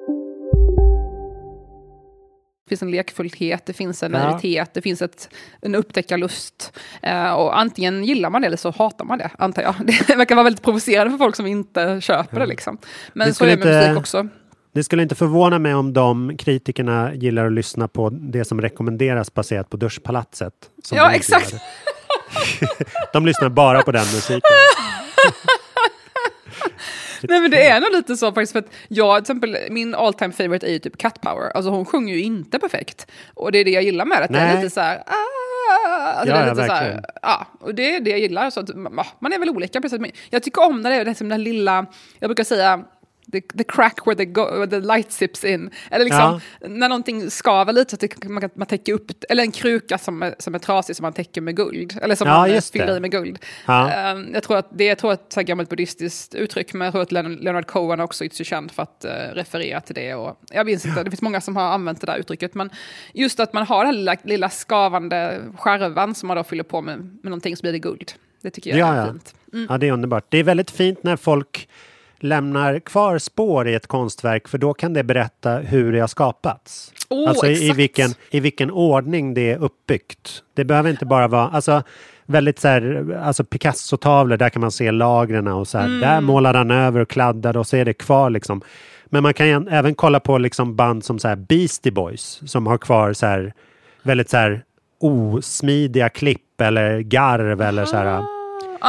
Det finns en lekfullhet, det finns en naivitet, det finns en upptäckarlust. Och antingen gillar man det eller så hatar man det, antar jag. Det verkar vara väldigt provocerande för folk som inte köper det liksom. Men så är det med musik också. Det skulle inte förvåna mig om de kritikerna gillar att lyssna på det som rekommenderas baserat på Duschpalatset. Ja, exakt. De lyssnar bara på den musiken. Nej, men det är nog lite så faktiskt, för att jag, till exempel, min all time favorite är ju typ Cat Power. Alltså hon sjunger ju inte perfekt. Och det är det jag gillar med det. Det är lite så här... Alltså det är lite så här, och det är det jag gillar. Så att, man är väl olika. Men jag tycker om när det är liksom den lilla... Jag brukar säga... The crack where the light sips in. Eller liksom, när någonting skaver lite så att man täcker upp, eller en kruka som är trasig som man täcker med guld. Eller som man fyller i med guld. Jag tror att det är ett så gammalt buddhistiskt uttryck, men jag tror att Leonard Cohen också är så känd för att referera till det. Och jag vet inte, det finns många som har använt det där uttrycket, men just att man har den här lilla skavande skärvan som man då fyller på med någonting så blir det guld. Det tycker jag är fint. Ja, det är underbart. Det är väldigt fint när folk lämnar kvar spår i ett konstverk, för då kan det berätta hur det har skapats. Alltså i vilken ordning det är uppbyggt. Det behöver inte bara vara väldigt så här, alltså Picasso-tavlor, där kan man se lagren och så här, där målar han över och kladdar och så är det kvar liksom. Men man kan även kolla på liksom band som så här Beastie Boys som har kvar så här väldigt så här osmidiga klipp eller garv eller så här.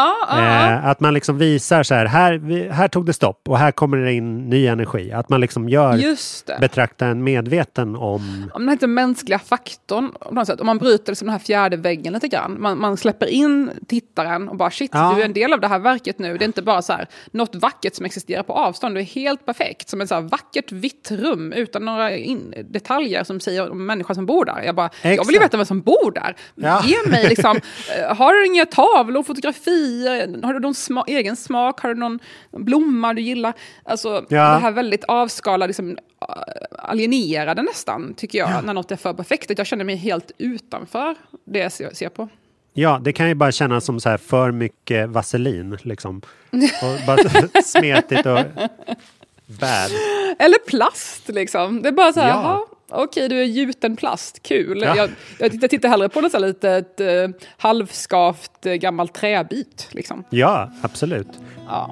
Att man liksom visar så här tog det stopp och här kommer det in ny energi. Att man liksom betraktar en medveten om den här mänskliga faktorn på något sätt. Om man bryter liksom den här fjärde väggen lite grann. Man släpper in tittaren och bara shit, du är en del av det här verket nu. Det är inte bara så här något vackert som existerar på avstånd. Det är helt perfekt. Som ett så här vackert vitt rum utan några detaljer som säger om människan som bor där. Jag vill ju veta vem som bor där. Ge mig liksom, har du inga tavlor och fotografi? Har du någon egen smak? Har du någon blomma du gillar? Alltså det här väldigt avskalade, liksom, alienerade nästan, tycker jag, när något är för perfekt. Jag känner mig helt utanför det jag ser på. Ja, det kan ju bara kännas som så här för mycket vaselin liksom. Och bara smetigt och bad. Eller plast liksom. Det är bara så här, okej, du är gjuten plast. Kul. Jag tittar hellre på något så litet halvskavt gammalt träbit. Liksom. Ja, absolut. Ja.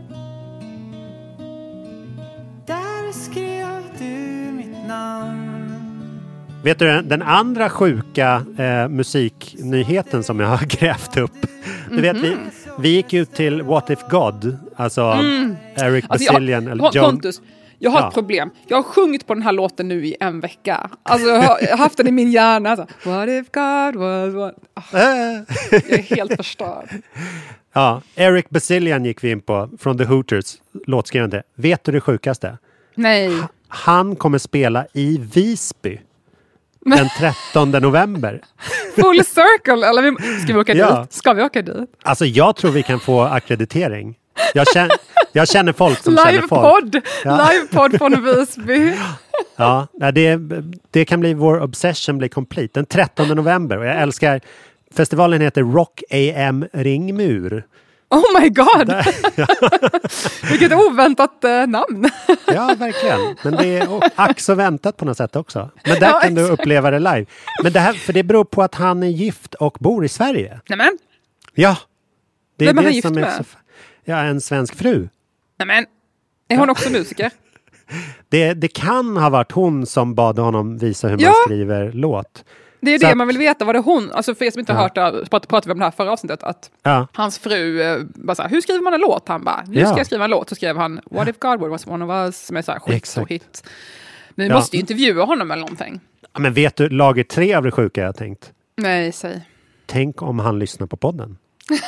Där skrev du mitt namn. Vet du, den andra sjuka musiknyheten som jag har grävt upp. Du vet, vi gick ut till What If God. Alltså Eric Bazillion eller Joan. Pontus. Jag har ett problem. Jag har sjungit på den här låten nu i en vecka. Alltså jag har haft den i min hjärna. Alltså, what if God was one? Jag är helt förstörd. Ja, Eric Bazillion gick vi in på från The Hooters, låtskrivande. Vet du det sjukaste? Nej. Han kommer spela i Visby den 13 november. Full circle, eller ska vi åka dit? Ska vi åka dit? Alltså jag tror vi kan få akkreditering. Jag känner folk som känner folk. Livepodd från Visby. Ja, det kan bli vår obsession bli complete. Den 13 november. Och jag älskar, festivalen heter Rock AM Ringmur. Oh my god! Vilket oväntat namn. Ja, verkligen. Men det är så väntat på något sätt också. Men där kan du uppleva det live. Men det här, för det beror på att han är gift och bor i Sverige. Nämen. Ja. Det är vem är det han gift som är med? en svensk fru. Nämen. Är hon också musiker? Det kan ha varit hon som bad honom visa hur man skriver låt. Det är det man vill veta. Var det hon? Alltså för er som inte har hört det, pratade vi om det här förra avsnittet. Att hans fru bara så här, hur skriver man en låt? Han bara, nu ska jag skriva en låt. Så skrev han, What if God was one of us? Som är så här skitstor hit. Men vi måste ju intervjua honom eller någonting. Ja, men vet du, lager 3 av det sjuka jag tänkt. Nej, säg. Tänk om han lyssnar på podden.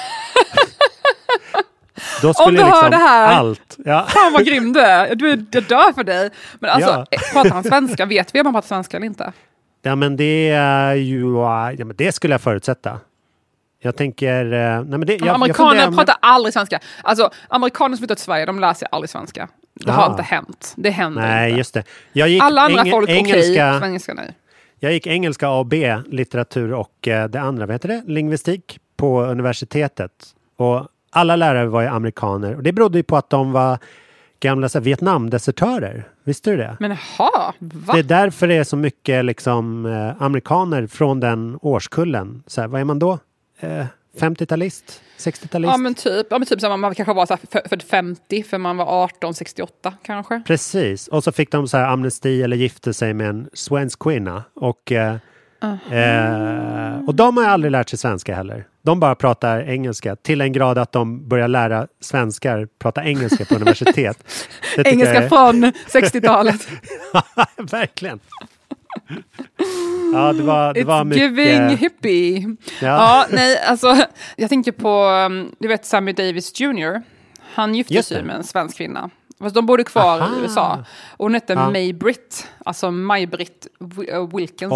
Då skulle om du hör det här, allt. Ja. Fan vad grym du är. Jag dör för dig. Men alltså, pratar han svenska? Vet vi om han pratar svenska eller inte? Ja, men det är ju... Ja, men det skulle jag förutsätta. Jag tänker... Nej, men det, amerikaner pratar aldrig svenska. Alltså, amerikaner som flyttar till Sverige, de lär sig aldrig svenska. Det har inte hänt. Det händer inte. Nej, just det. Alla andra folk engelska, svenska nej. Jag gick engelska A och B, litteratur och det andra, vad heter det? Lingvistik på universitetet. Och alla lärare var ju amerikaner. Och det berodde ju på att de var gamla Vietnam-desertörer. Visste du det? Men va? Det är därför det är så mycket liksom, amerikaner från den årskullen. Så här, vad är man då? 50-talist? 60-talist? Ja men typ så man kanske var så här för 50 för man var 18-68 kanske. Precis. Och så fick de så här amnesti eller gifte sig med en svensk kvinna. Och de har aldrig lärt sig svenska heller. De bara pratar engelska till en grad att de börjar lära svenskar prata engelska på universitet. Engelska från 60-talet. Verkligen. Ja, det var mycket... giving hippie. Ja, nej, alltså jag tänker på, du vet Sammy Davis Jr. Han gifte sig med en svensk kvinna. Fast de bodde kvar i USA. Och hon hette May-Britt. Alltså May-Britt Wilkins.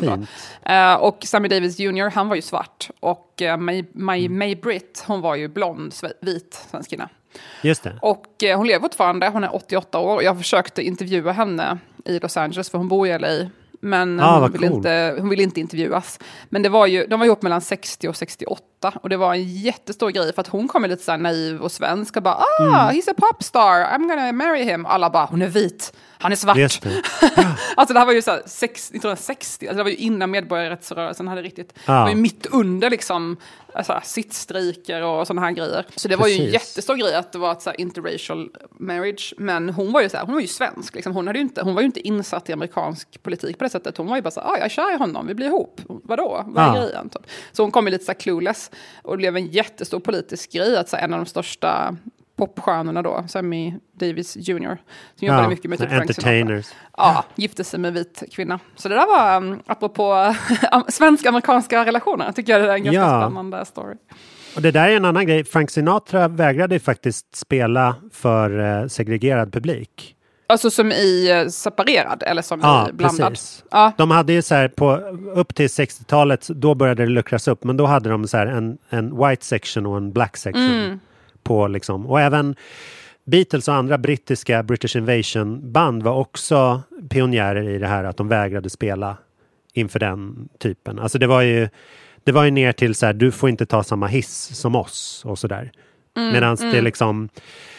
Och Sammy Davis Jr. han var ju svart. Och May-Britt, hon var ju blond, vit svensk kvinna. Just det. Och hon lever fortfarande. Hon är 88 år. Jag försökte intervjua henne i Los Angeles för hon bor i LA. Men hon ville inte intervjuas. Men de var ihop mellan 60 och 68. Och det var en jättestor grej. För att hon kom lite så här naiv och svensk. Och bara, he's a popstar. I'm gonna marry him. Alla bara, hon är vit. Han är svart. Alltså det här var ju så här 1960. Alltså det var ju innan medborgarrättsrörelsen hade riktigt. Det var ju mitt under liksom alltså, sittstrejker och sådana här grejer. Så det var ju en jättestor grej att det var ett så här interracial marriage. Men hon var ju så här, hon var ju svensk liksom. Hon var ju inte insatt i amerikansk politik på det sättet. Hon var ju bara så här, jag är kär i honom, vi blir ihop. Vadå? Vad är grejen? Typ. Så hon kom ju lite så här clueless. Och det blev en jättestor politisk grej att så här, en av de största popstjärnorna då, Sammy Davis Jr. Som jobbade mycket med typ entertainers. Gifte sig med vit kvinna. Så det där var, apropå svensk-amerikanska relationer, tycker jag det är en ganska spännande story. Och det där är en annan grej. Frank Sinatra vägrade faktiskt spela för segregerad publik. Alltså som i separerad eller som i blandad? Precis. Ja, de hade ju så här upp till 60-talet, då började det luckras upp. Men då hade de så här en white section och en black section. På liksom, och även Beatles och andra brittiska British Invasion band var också pionjärer i det här att de vägrade spela inför den typen. Alltså det var ju ner till så här, du får inte ta samma hiss som oss och sådär. Medan det liksom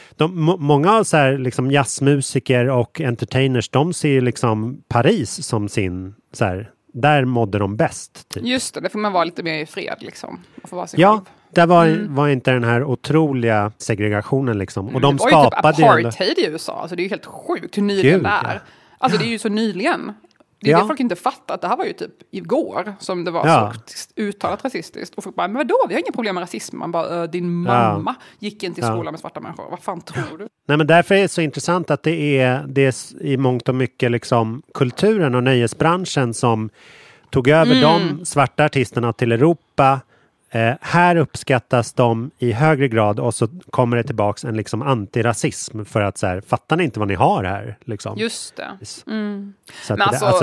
många så här liksom jazzmusiker och entertainers, de ser ju liksom Paris som sin så här, där mådde de bäst typ. Just det får man vara lite mer i fred liksom. Man får vara sin själv. Där var inte den här otroliga segregationen liksom. Och de det var skapade ju typ apartheid i USA. Alltså det är ju helt sjukt hur nyligen det är. Alltså det är ju så nyligen. Det är det folk inte fattar. Att det här var ju typ igår som det var så uttalat rasistiskt. Och folk bara, men vadå? Vi har inga problem med rasism. Man bara, din mamma gick inte i skolan med svarta människor. Vad fan tror du? Nej, men därför är det så intressant att det är i mångt och mycket liksom kulturen och nöjesbranschen som tog över de svarta artisterna till Europa. Här uppskattas de i högre grad och så kommer det tillbaks en liksom antirasism för att så här, fattar ni inte vad ni har här? Liksom. Just det. Så men alltså,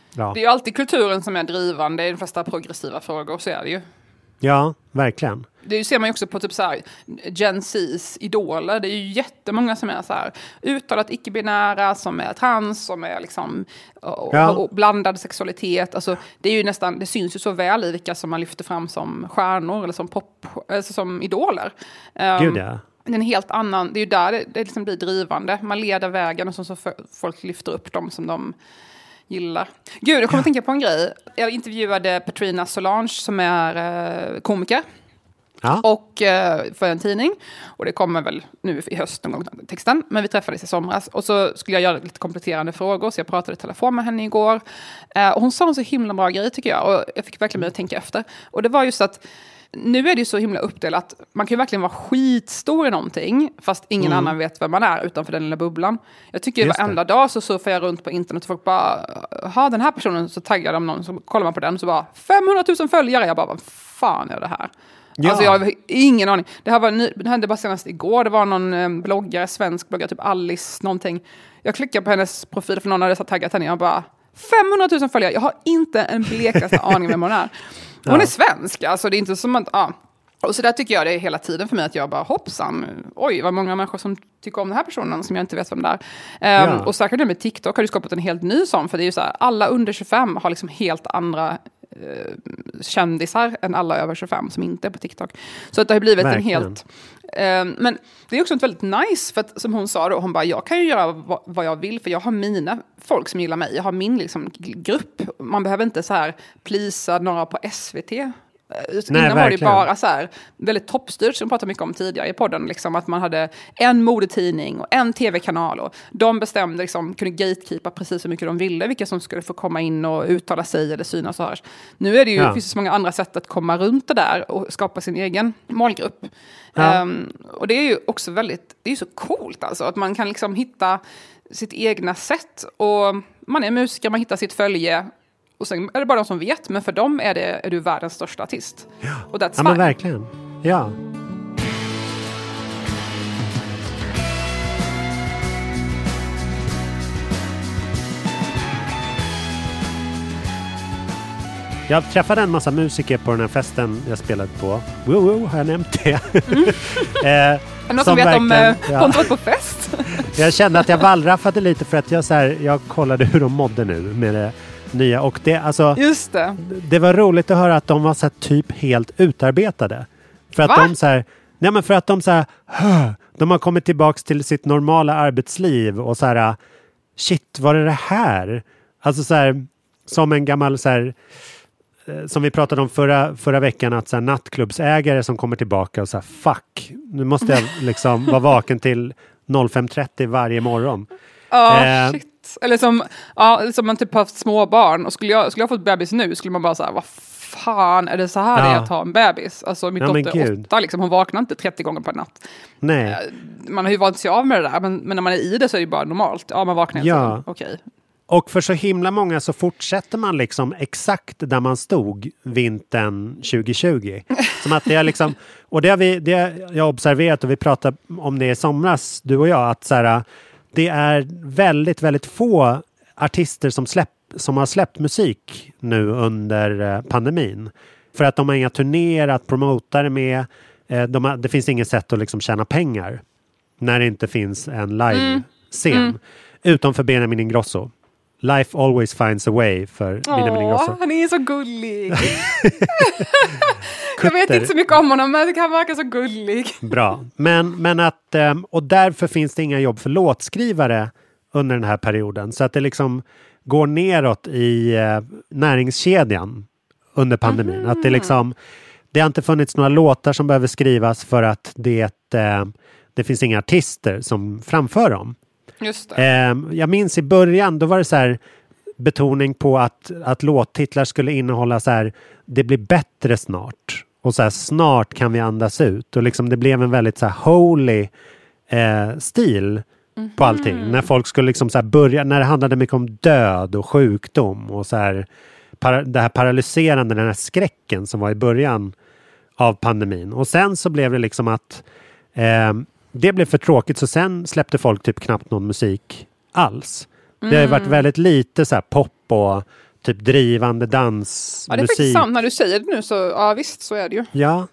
Ja. Det är ju alltid kulturen som är drivande i de flesta progressiva frågor, så är det ju. Ja, verkligen. Det ser man ju också på typ så här Gen Z's idoler. Det är ju jättemånga som är så här uttalat icke-binära, som är trans, som är liksom och blandad sexualitet. Alltså det är ju nästan, det syns ju så väl i vilka som man lyfter fram som stjärnor eller som alltså som idoler. Gud ja. Det är en helt annan, det är ju där det liksom blir drivande. Man leder vägen och så folk lyfter upp dem som de gillar. Gud, jag kommer att tänka på en grej. Jag intervjuade Petrina Solange som är komiker. Ja. Och för en tidning. Och det kommer väl nu i höst någon gång, texten. Men vi träffades i somras. Och så skulle jag göra lite kompletterande frågor. Så jag pratade i telefon med henne igår. Och hon sa en så himla bra grej tycker jag. Och jag fick verkligen mig att tänka efter. Och det var just att nu är det ju så himla uppdelat. Man kan ju verkligen vara skitstor i någonting. Fast ingen annan vet vem man är utanför den lilla bubblan. Jag tycker ju varenda dag så surfar jag runt på internet. Och folk bara, den här personen, så taggar de någon. Så kollar man på den så bara, 500 000 följare. Jag bara, vad fan är det här? Ja. Alltså jag har ingen aning. Det hände bara senast igår. Det var någon bloggare, svensk bloggare, typ Alice någonting. Jag klickade på hennes profil för någon hade taggat henne. Jag bara, 500 000 följare. Jag har inte en blekaste aning vem hon är. Hon är svensk. Alltså det är inte som att... Och så där tycker jag det är hela tiden för mig att jag bara hoppsan. Oj, vad många människor som tycker om den här personen som jag inte vet vem det är. Och säkert nu med TikTok har du skapat en helt ny sån. För det är ju så här, alla under 25 har liksom helt andra kändisar än alla över 25 som inte är på TikTok. Så att det har blivit verkligen en helt... men det är också väldigt nice för att som hon sa då, hon bara, jag kan ju göra vad jag vill för jag har mina folk som gillar mig. Jag har min liksom grupp. Man behöver inte så här plisa några på SVT. Innan var det bara så här väldigt toppstyrt som vi pratade mycket om tidigare i podden liksom, att man hade en modetidning och en tv-kanal och de bestämde liksom, kunde gatekeepa precis så mycket de ville vilka som skulle få komma in och uttala sig eller synas och hörs. Nu är det ju, finns det så många andra sätt att komma runt det där och skapa sin egen målgrupp. Och det är ju också väldigt, det är ju så coolt alltså att man kan liksom hitta sitt egna sätt och man är musiker, man hittar sitt följe. Och sen är det bara de som vet, men för dem är du världens största artist. Ja, och that's ja men verkligen. Ja. Jag träffade en massa musiker på den här festen jag spelade på. Har jag nämnt det? Är det något som vet om kontot på fest? Jag kände att jag wallraffade lite för att jag kollade hur de mådde nu med det nya. Och det, alltså, just det. Det var roligt att höra att de var så här, typ helt utarbetade. För att de så här, nej men för att de så här, de har kommit tillbaks till sitt normala arbetsliv och så här, shit, vad är det här? Alltså så här, som en gammal så här, som vi pratade om förra veckan, att så här, nattklubbsägare som kommer tillbaka och så här, fuck, nu måste jag liksom vara vaken till 05:30 varje morgon. Shit. Eller som man typ haft små barn och skulle jag fått bebis nu skulle man bara säga, vad fan är det så här det är att ha en bebis? Alltså mitt dotter är 8 liksom, hon vaknar inte 30 gånger per natt. Nej. Man har ju vant sig av med det där, men när man är i det så är det bara normalt. Ja, man vaknar inte. Okej. Och för så himla många så fortsätter man liksom exakt där man stod vintern 2020. Som att det är liksom, och det har jag observerat och vi pratade om det i somras, du och jag, att så här, det är väldigt, väldigt få artister som har släppt musik nu under pandemin. För att de har inga turnéer att promota det med. Det finns inget sätt att liksom tjäna pengar när det inte finns en live-scen. Utom för Benjamin Ingrosso. Life always finds a way för Benjamin Ingrosso. Han är så gullig. Jag vet inte så mycket om honom, men han verkar så gullig. Bra. Men att, och därför finns det inga jobb för låtskrivare under den här perioden. Så att det liksom går neråt i näringskedjan under pandemin. Att det liksom, det har inte funnits några låtar som behöver skrivas för att det finns inga artister som framför dem. Just det. Jag minns i början, då var det så här betoning på att låttitlar skulle innehålla så här, det blir bättre snart. Och så här, snart kan vi andas ut. Och liksom det blev en väldigt så här holy stil på allting. När folk skulle liksom så här börja, när det handlade mycket om död och sjukdom och så här, det här paralyserande, den här skräcken som var i början av pandemin. Och sen så blev det liksom att det blev för tråkigt, så sen släppte folk typ knappt någon musik alls. Det har ju varit väldigt lite så här pop och typ drivande dansmusik. Ja, det är faktiskt sant. När du säger det nu så, ja visst, så är det ju. Ja,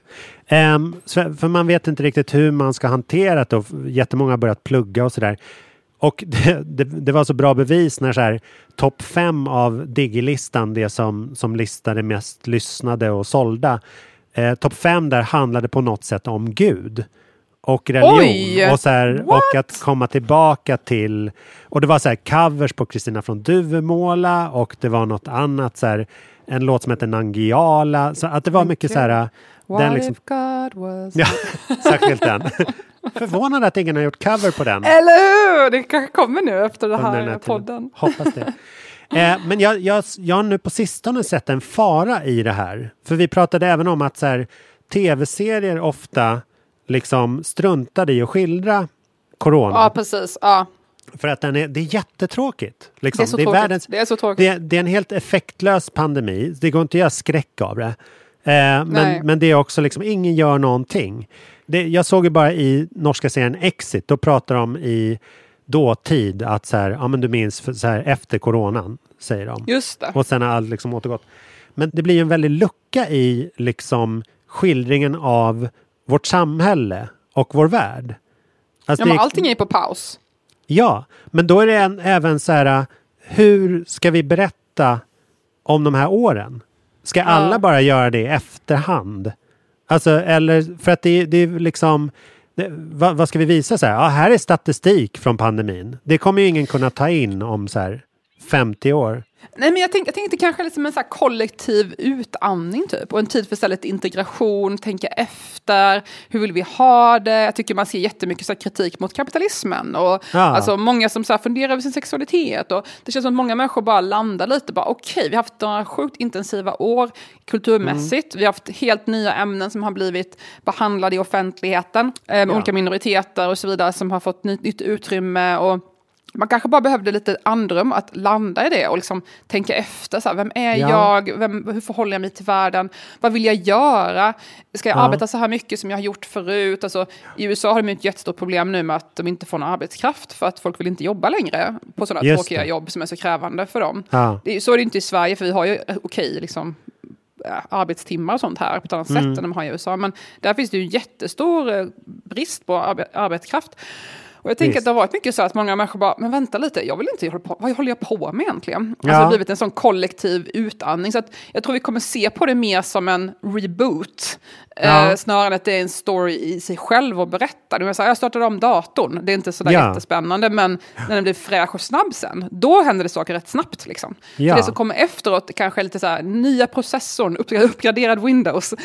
för man vet inte riktigt hur man ska hantera det och jättemånga har börjat plugga och sådär. Och det var så bra bevis när så här topp 5 av Digilistan, det som listade mest lyssnade och sålda. Topp 5 där handlade på något sätt om Gud och religion. Och, så här, och att komma tillbaka till, och det var så här covers på Kristina från Duvemåla och det var något annat så här, en låt som heter Nangiala, så att det var mycket så här What if God was... Ja, särskilt den. Förvånad att ingen har gjort cover på den. Eller hur? Det kanske kommer nu efter det här podden. Hoppas det. Men jag har nu på sistone sett en fara i det här. För vi pratade även om att så här, tv-serier ofta liksom struntade i att skildra corona. Ja, precis. Ja. För att det är jättetråkigt. Liksom. Det är så tråkigt. Det är så tråkigt. Det är en helt effektlös pandemi. Det går inte att göra skräck av det. Men det är också liksom, ingen gör någonting. Jag såg ju bara i norska serien Exit, då pratar de i dåtid att så här, ja men du minns så här, efter coronan, säger de. Just det. Och sen har allt liksom återgått. Men det blir ju en väldig lucka i liksom skildringen av vårt samhälle och vår värld. Alltså men allting är på paus. Ja, men då är det även så här, hur ska vi berätta om de här åren? Ska alla bara göra det i efterhand? Alltså, eller för att det är liksom... vad ska vi visa så här? Ja, här är statistik från pandemin. Det kommer ju ingen kunna ta in om så här 50 år. Nej, men jag tänkte kanske liksom en så här kollektiv utandning typ. Och en tid för istället integration, tänka efter. Hur vill vi ha det? Jag tycker man ser jättemycket så här kritik mot kapitalismen. Och alltså många som så här funderar över sin sexualitet. Och det känns som att många människor bara landar lite. Okej, vi har haft några sjukt intensiva år kulturmässigt. Vi har haft helt nya ämnen som har blivit behandlade i offentligheten. Olika minoriteter och så vidare som har fått nytt utrymme och man kanske bara behövde lite andrum att landa i det och liksom tänka efter. Så här, vem är jag? Hur förhåller jag mig till världen? Vad vill jag göra? Ska jag arbeta så här mycket som jag har gjort förut? Alltså, i USA har de ett jättestort problem nu med att de inte får någon arbetskraft för att folk vill inte jobba längre på sådana tråkiga jobb som är så krävande för dem. Ja. Så är det inte i Sverige, för vi har ju liksom arbetstimmar och sånt här på ett annat sätt än de har i USA. Men där finns det ju jättestor brist på arbetskraft. Och jag tänker att det har varit mycket så att många människor bara, men vänta lite, jag vill inte hålla på. Vad håller jag på med egentligen? Alltså det har blivit en sån kollektiv utandning. Så att jag tror vi kommer se på det mer som en reboot. Snarare än att det är en story i sig själv att berätta. Jag startade om datorn. Det är inte så där jättespännande, men när den blir fräsch och snabb sen, då händer det saker rätt snabbt. Liksom. Så det som kommer efteråt kanske är lite så här, nya processorn, uppgraderad Windows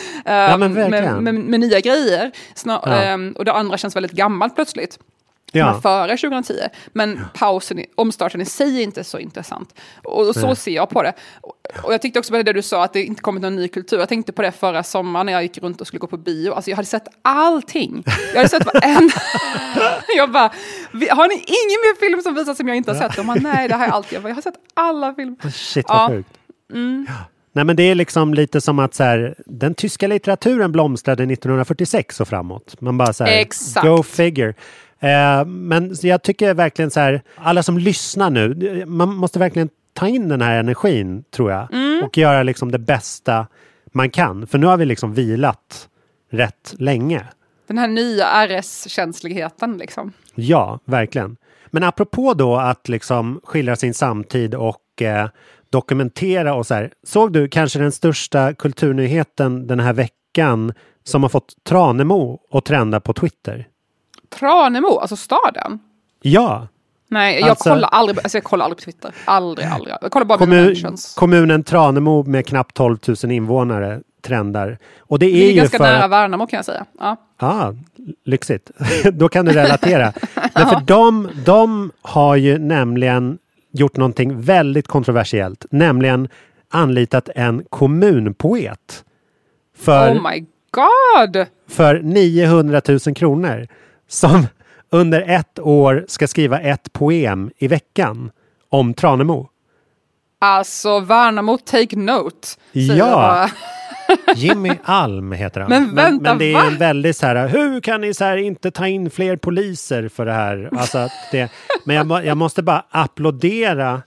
med nya grejer. Och det andra känns väldigt gammalt plötsligt. Före 2010. Men omstarten i sig är inte så intressant. Och så ser jag på det. Och jag tyckte också på det du sa, att det inte kommit någon ny kultur. Jag tänkte på det förra sommaren när jag gick runt och skulle gå på bio. Alltså jag hade sett allting. Jag hade sett varenda... Jag bara, har ni ingen mer film som visar som jag inte har sett? De bara, nej, det här är allt. Jag har sett alla filmer. Shit, vad sjukt. Nej, men det är liksom lite som att så här, den tyska litteraturen blomstrade 1946 och framåt. Man bara så här, exakt. Go figure. Men jag tycker verkligen så här, alla som lyssnar nu, man måste verkligen ta in den här energin, tror jag, och göra liksom det bästa man kan, för nu har vi liksom vilat rätt länge. Den här nya RS-känsligheten liksom. Ja, verkligen. Men apropå då att liksom skildra sin samtid och dokumentera och så här, såg du kanske den största kulturnyheten den här veckan som har fått Tranemo att trenda på Twitter? Tranemo, alltså staden? Ja. Nej, jag kollar aldrig på Twitter. Aldrig. Jag kollar bara mentions. Kommunen Tranemo med knappt 12 000 invånare trendar. Och det är ju ganska nära Värnamo, kan jag säga. Ja, lyxigt. Då kan du relatera. För de har ju nämligen gjort någonting väldigt kontroversiellt. Nämligen anlitat en kommunpoet. Oh my god! För 900 000 kronor. Som under ett år ska skriva ett poem i veckan om Tranemo. Alltså, Värnamo, take note. Ja. Jimmy Alm heter han. Men det är en väldigt så här, hur kan ni så här inte ta in fler poliser för det här? Alltså men jag måste bara applådera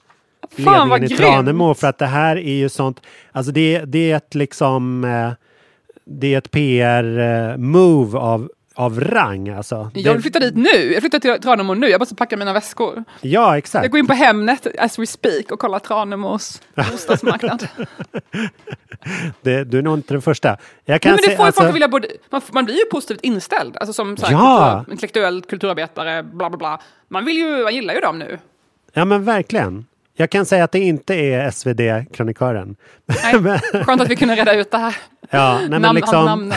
ledningen i Tranemo, för att det här är ju sånt, alltså det är ett liksom det är ett PR-move av rang. Alltså. Jag vill flytta dit nu. Jag flyttar till Tranemo nu. Jag måste packa mina väskor. Ja, exakt. Jag går in på Hemnet as we speak och kollar Tranemos bostadsmarknad. Du är nog inte den första. Men det får folk vilja man blir ju positivt inställd. Alltså som så här, intellektuell kulturarbetare, bla bla bla. Man gillar ju dem nu. Ja, men verkligen. Jag kan säga att det inte är SvD-kronikören. Nej, skönt att vi kunde reda ut det här. Ja, nej, men liksom...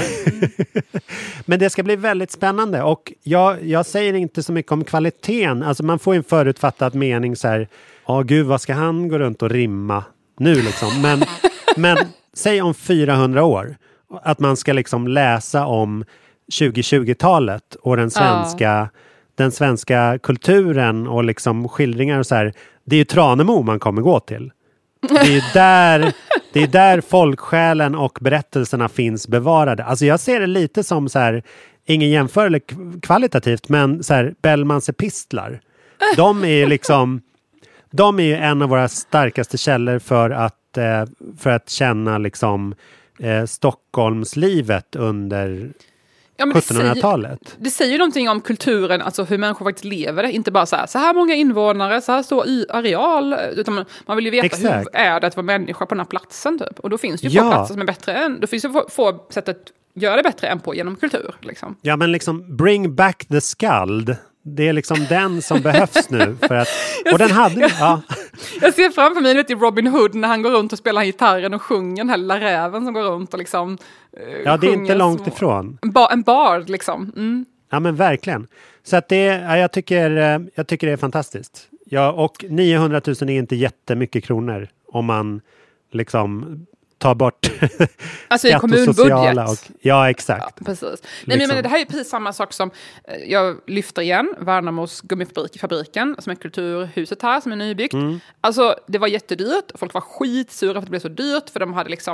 Men det ska bli väldigt spännande. Och jag säger inte så mycket om kvaliteten. Alltså man får en förutfattad mening så här, gud, vad ska han gå runt och rimma nu liksom? Men säg om 400 år att man ska liksom läsa om 2020-talet och den svenska kulturen och liksom skildringar och så här. Det är ju Tranemo man kommer gå till. Det är där folksjälen och berättelserna finns bevarade. Alltså jag ser det lite som så här, ingen jämförelse kvalitativt, men så här, Bellmans epistlar. De är ju en av våra starkaste källor för att känna liksom Stockholmslivet under 1700-talet. Det säger ju någonting om kulturen, alltså hur människor faktiskt lever det. Inte bara så här många invånare, så här stor areal. Utan man vill ju veta hur är det att vara människa på den här platsen typ. Och då finns det ju få platser som är bättre än. Då finns det få sätt att göra det bättre än på genom kultur. Liksom. Ja, men liksom bring back the skald. Det är liksom den som behövs nu. För att, och den hade Jag ser framför mig i Robin Hood när han går runt och spelar gitarren och sjunger den här lilla räven som går runt och liksom ja, det är inte långt ifrån. En bard liksom. Mm. Ja, men verkligen. Så att jag tycker det är fantastiskt. Ja, och 900 000 är inte jättemycket kronor om man liksom tar bort alltså i kommunbudget. Ja, exakt. Ja, precis. Nej, men det här är precis samma sak som jag lyfter igen. Värnamos gummifabriken som är kulturhuset här som är nybyggt. Alltså det var jättedyrt. Folk var skitsura för att det blev så dyrt. För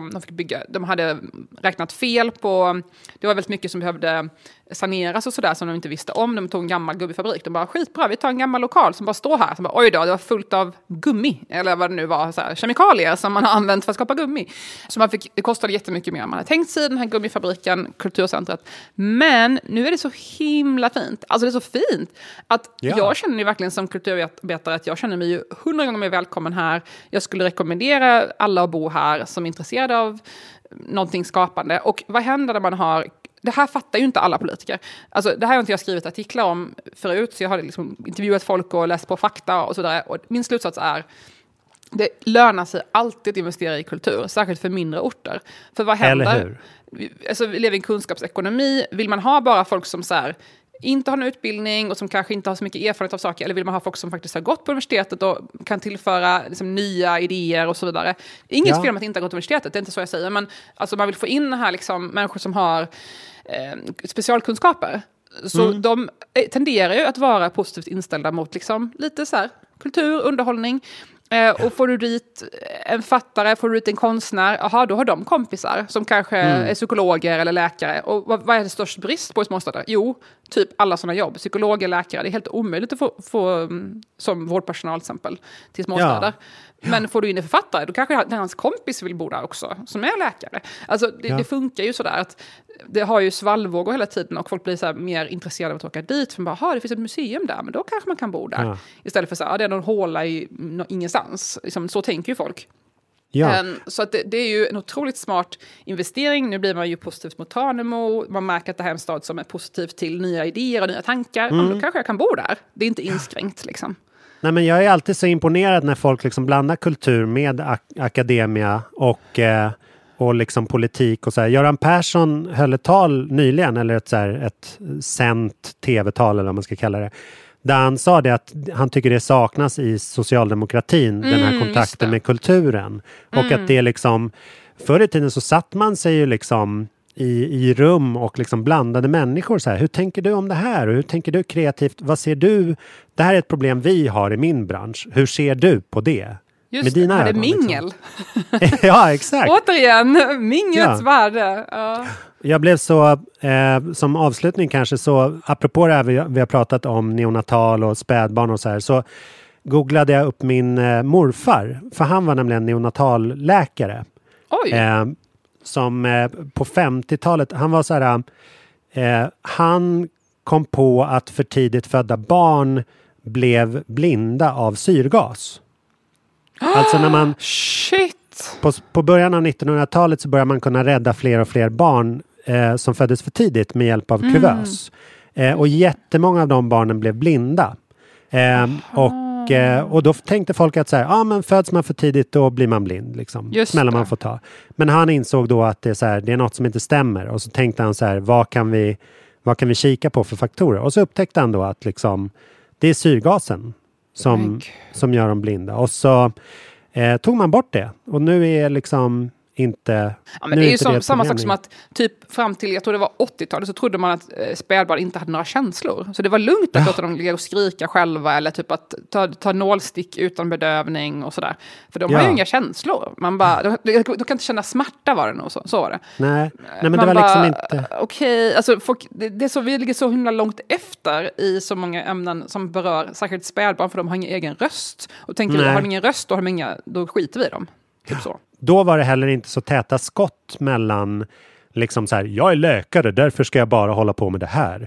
de hade räknat fel på... Det var väldigt mycket som behövde saneras och sådär som de inte visste om. De tog en gammal gummifabrik. De bara, skitbra, vi tar en gammal lokal som bara står här. Som bara, oj då, det var fullt av gummi. Eller vad det nu var, så här, kemikalier som man har använt för att skapa gummi. Så det kostade jättemycket mer än man hade tänkt sig, den här gummifabriken, kulturcentret. Men nu är det så himla fint. Alltså det är så fint att jag känner ju verkligen som kulturarbetare att jag känner mig ju 100 gånger mer välkommen här. Jag skulle rekommendera alla att bo här som är intresserade av någonting skapande. Och vad händer när man har... Det här fattar ju inte alla politiker. Alltså, det här har inte jag skrivit artiklar om förut. Så jag har liksom intervjuat folk och läst på fakta och sådär. Och min slutsats är det lönar sig alltid att investera i kultur. Särskilt för mindre orter. För vad händer? Eller hur? Alltså, vi lever i en kunskapsekonomi. Vill man ha bara folk som så här, inte har en utbildning och som kanske inte har så mycket erfarenhet av saker, eller vill man ha folk som faktiskt har gått på universitetet och kan tillföra liksom, nya idéer och så vidare. Inget fel med att inte ha gått på universitetet, det är inte så jag säger, men alltså, man vill få in här liksom, människor som har specialkunskaper. Så de tenderar ju att vara positivt inställda mot liksom, lite så här, kultur, underhållning. Och får du dit en fattare, får du dit en konstnär, då har de kompisar som kanske är psykologer eller läkare. Och vad är det störst brist på i småstäder? Jo, typ alla sådana jobb. Psykologer, läkare. Det är helt omöjligt att få som vårdpersonal till exempel till småstäder. Ja. Men får du in en författare, då kanske hans kompis vill bo där också, som är läkare. Alltså det funkar ju sådär att det har ju svallvågor hela tiden och folk blir så här mer intresserade av att åka dit. För bara, det finns ett museum där, men då kanske man kan bo där. Ja. Istället för att det är någon håla i ingenstans. Liksom, så tänker ju folk. Ja. Så att det är ju en otroligt smart investering. Nu blir man ju positivt mot Tranemo. Man märker att det här är en stad som är positiv till nya idéer och nya tankar. Då kanske jag kan bo där. Det är inte inskränkt liksom. Nej, men jag är alltid så imponerad när folk liksom blandar kultur med akademia och liksom politik och så här. Göran Persson höll ett tal nyligen, eller ett sänt tv-tal eller vad man ska kalla det. Där han sa det att han tycker det saknas i socialdemokratin, den här kontakten med kulturen. Och att det är liksom, förr i tiden så satt man sig ju liksom i rum och liksom blandade människor så här. Hur tänker du om det här? Och hur tänker du kreativt? Vad ser du? Det här är ett problem vi har i min bransch. Hur ser du på det? Just med dina det, ögon, mingel. Liksom. Ja, exakt. Återigen, mingelets värde. Ja. Jag blev så, som avslutning kanske, så apropå det här vi har pratat om neonatal och spädbarn och så här, så googlade jag upp min morfar. För han var nämligen neonatalläkare. Oj! Som på 50-talet, han var så här... han kom på att för tidigt födda barn blev blinda av syrgas. Alltså när man... Shit! På början av 1900-talet så började man kunna rädda fler och fler barn som föddes för tidigt med hjälp av kuvös. Och jättemånga av de barnen blev blinda. Och då tänkte folk att så här, men föds man för tidigt då blir man blind. Liksom. Smällar man får ta. Men han insåg då att det är, så här, det är något som inte stämmer. Och så tänkte han så här, vad kan vi kika på för faktorer? Och så upptäckte han då att liksom, det är syrgasen som gör dem blinda. Och så tog man bort det. Och nu är liksom inte... Ja, men det är ju samma sak som att typ fram till, jag tror det var 80-talet, så trodde man att spädbarn inte hade några känslor. Så det var lugnt att låta dem ligga och skrika själva eller typ att ta nålstick utan bedövning och sådär. För de har ju inga känslor. Man bara, de kan inte känna smärta, var det nog så var det. Nej men det var liksom inte... Okej, alltså det är så, vi ligger så himla långt efter i så många ämnen som berör särskilt spädbarn, för de har ingen egen röst. Och tänker du, har de ingen röst, då skiter vi i dem. Typ så. Då var det heller inte så täta skott mellan liksom så här, jag är läkare, därför ska jag bara hålla på med det här.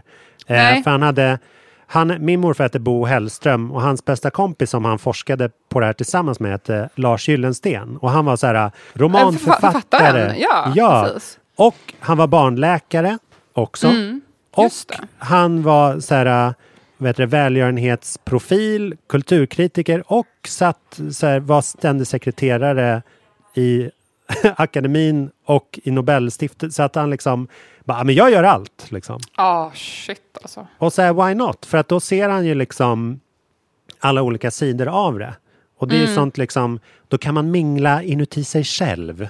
För min morfar heter Bo Hellström och hans bästa kompis som han forskade på det här tillsammans med hette Lars Gyllensten. Och han var så här romanförfattare. Ja. Precis. Och han var barnläkare också. Och han var så här... välgörenhetsprofil, kulturkritiker och var ständig sekreterare i akademin och i Nobelstiftelsen, så att han liksom bara, men jag gör allt liksom. Shit alltså. Och så här, why not? För att då ser han ju liksom alla olika sidor av det. Och det är ju sånt liksom, då kan man mingla inuti sig själv.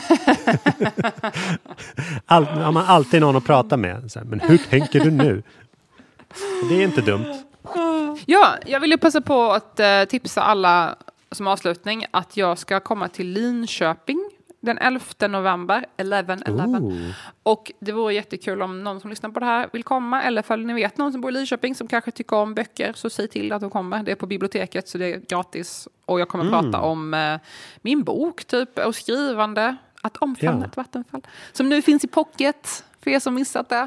Har man alltid någon att prata med. Så här, men hur tänker du nu? Det är inte dumt. Ja, jag vill ju passa på att tipsa alla som avslutning att jag ska komma till Linköping den 11 november, 11/11. Och det vore jättekul om någon som lyssnar på det här vill komma, eller för ni vet någon som bor i Linköping som kanske tycker om böcker, så säg till att de kommer. Det är på biblioteket, så det är gratis. Och jag kommer prata om min bok typ, och skrivande, att omfamna ett vattenfall, som nu finns i pocket för er som missat det.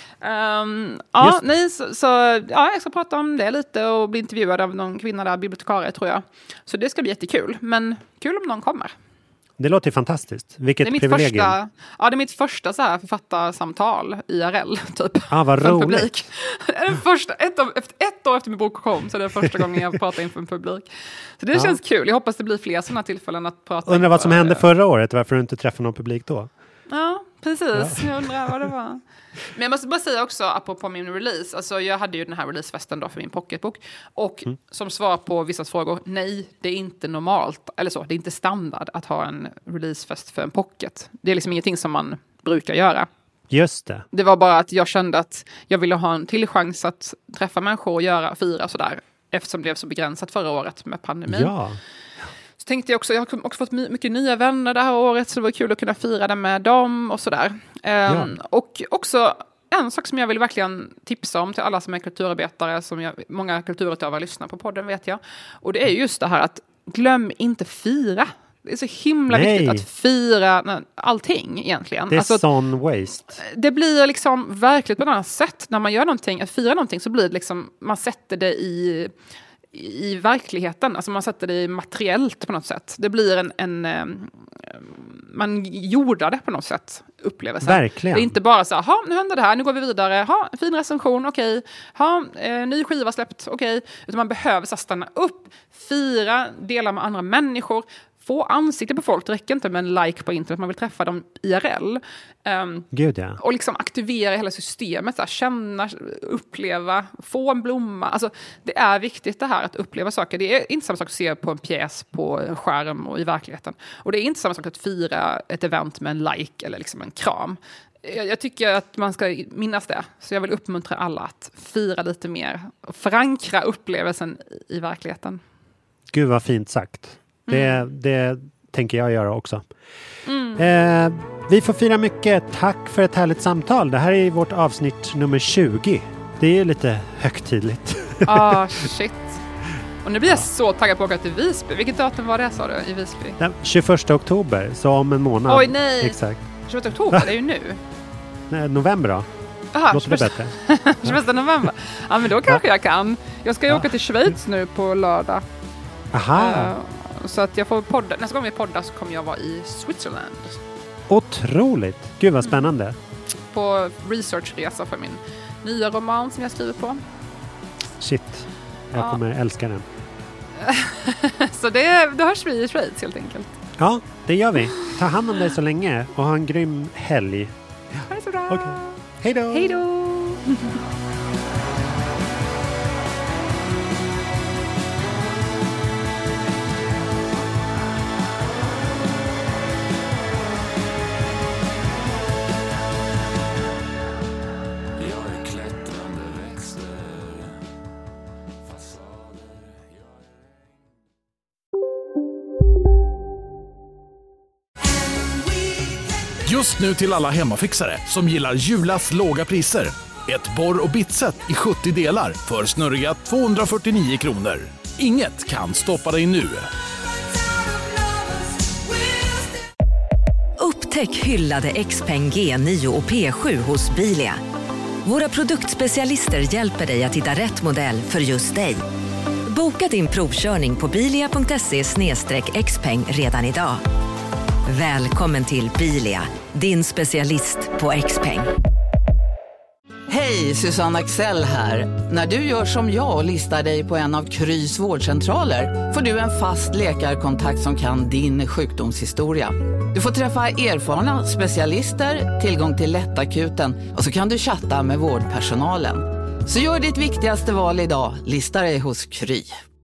Jag ska prata om det lite och bli intervjuad av någon kvinna där, bibliotekarie tror jag. Så det ska bli jättekul, men kul om någon kommer. Det låter ju fantastiskt. Vilket privilegium. Det är mitt första så här författarsamtal IRL typ. Vad roligt. Den första, ett år efter min bok kom, så det är första gången jag pratar inför en publik. Så det känns kul. Jag hoppas det blir fler sådana tillfällen att prata. Undrar vad som hände förra året, varför du inte träffade någon publik då? Ja, precis. Jag undrar vad det var. Men jag måste bara säga också, apropå min release, alltså jag hade ju den här releasefesten då för min pocketbok, och som svar på vissa frågor, nej, det är inte normalt, eller så, det är inte standard att ha en releasefest för en pocket. Det är liksom ingenting som man brukar göra. Just det. Det var bara att jag kände att jag ville ha en till chans att träffa människor och fira sådär, eftersom det blev så begränsat förra året med pandemin. Ja. Så tänkte jag också, jag har också fått mycket nya vänner det här året, så det var kul att kunna fira det med dem och sådär. Och också en sak som jag vill verkligen tipsa om till alla som är kulturarbetare, många kulturutövare lyssnar på podden vet jag. Och det är just det här att glöm inte fira. Det är så himla viktigt att fira allting egentligen. Det är sån waste. Det blir liksom verkligen på ett annat sätt när man gör någonting, att fira någonting, så blir det liksom, man sätter det i verkligheten, alltså man sätter det materiellt på något sätt. Det blir man jordar det på något sätt, upplevelsen. Verkligen. Det är inte bara så här, nu händer det här, nu går vi vidare, fin recension, okej. Ny skiva släppt, okej. Utan man behöver så stanna upp, fira, dela med andra människor, få ansikte på folk. Det räcker inte med en like på internet, man vill träffa dem IRL. Gud, ja. Och liksom aktivera hela systemet, så här, känna, uppleva, få en blomma. Alltså, det är viktigt det här att uppleva saker. Det är inte samma sak att se på en pjäs på en skärm och i verkligheten. Och det är inte samma sak att fira ett event med en like eller liksom en kram. Jag tycker att man ska minnas det. Så jag vill uppmuntra alla att fira lite mer och förankra upplevelsen i verkligheten. Gud vad fint sagt. Det tänker jag göra också. Vi får fira mycket. Tack för ett härligt samtal. Det här är vårt avsnitt nummer 20. Det är lite högtidligt. Shit. Och nu blir jag så taggad på att åka till Visby. Vilket datum var det, sa du, i Visby? Den 21 oktober, så om en månad. Oj, nej! Exakt. 21 oktober, det är ju nu. Nej, november då? Aha, låter det bättre? 21 november. Ja, men då kanske jag kan. Jag ska ju åka till Schweiz nu på lördag. Aha! Så att jag får podda. Nästa gång vi poddar så kommer jag vara i Switzerland. Otroligt! Gud vad spännande. På researchresa för min nya roman som jag skriver på. Shit, jag kommer älska den. Så då hörs vi i Schweiz helt enkelt. Ja, det gör vi. Ta hand om dig så länge och ha en grym helg. Ha det så bra. Okay. Hej då! Hej då! Just nu till alla hemmafixare som gillar Julas låga priser. Ett borr- och bitset i 70 delar för snurriga 249 kronor. Inget kan stoppa dig nu. Upptäck hyllade XPeng G9 och P7 hos Bilia. Våra produktspecialister hjälper dig att hitta rätt modell för just dig. Boka din provkörning på bilia.se/xpeng redan idag. Välkommen till Bilia, din specialist på XPeng. Hej, Susanne Axel här. När du gör som jag och listar dig på en av Krys vårdcentraler får du en fast läkarkontakt som kan din sjukdomshistoria. Du får träffa erfarna specialister, tillgång till lättakuten och så kan du chatta med vårdpersonalen. Så gör ditt viktigaste val idag, lista dig hos Kry.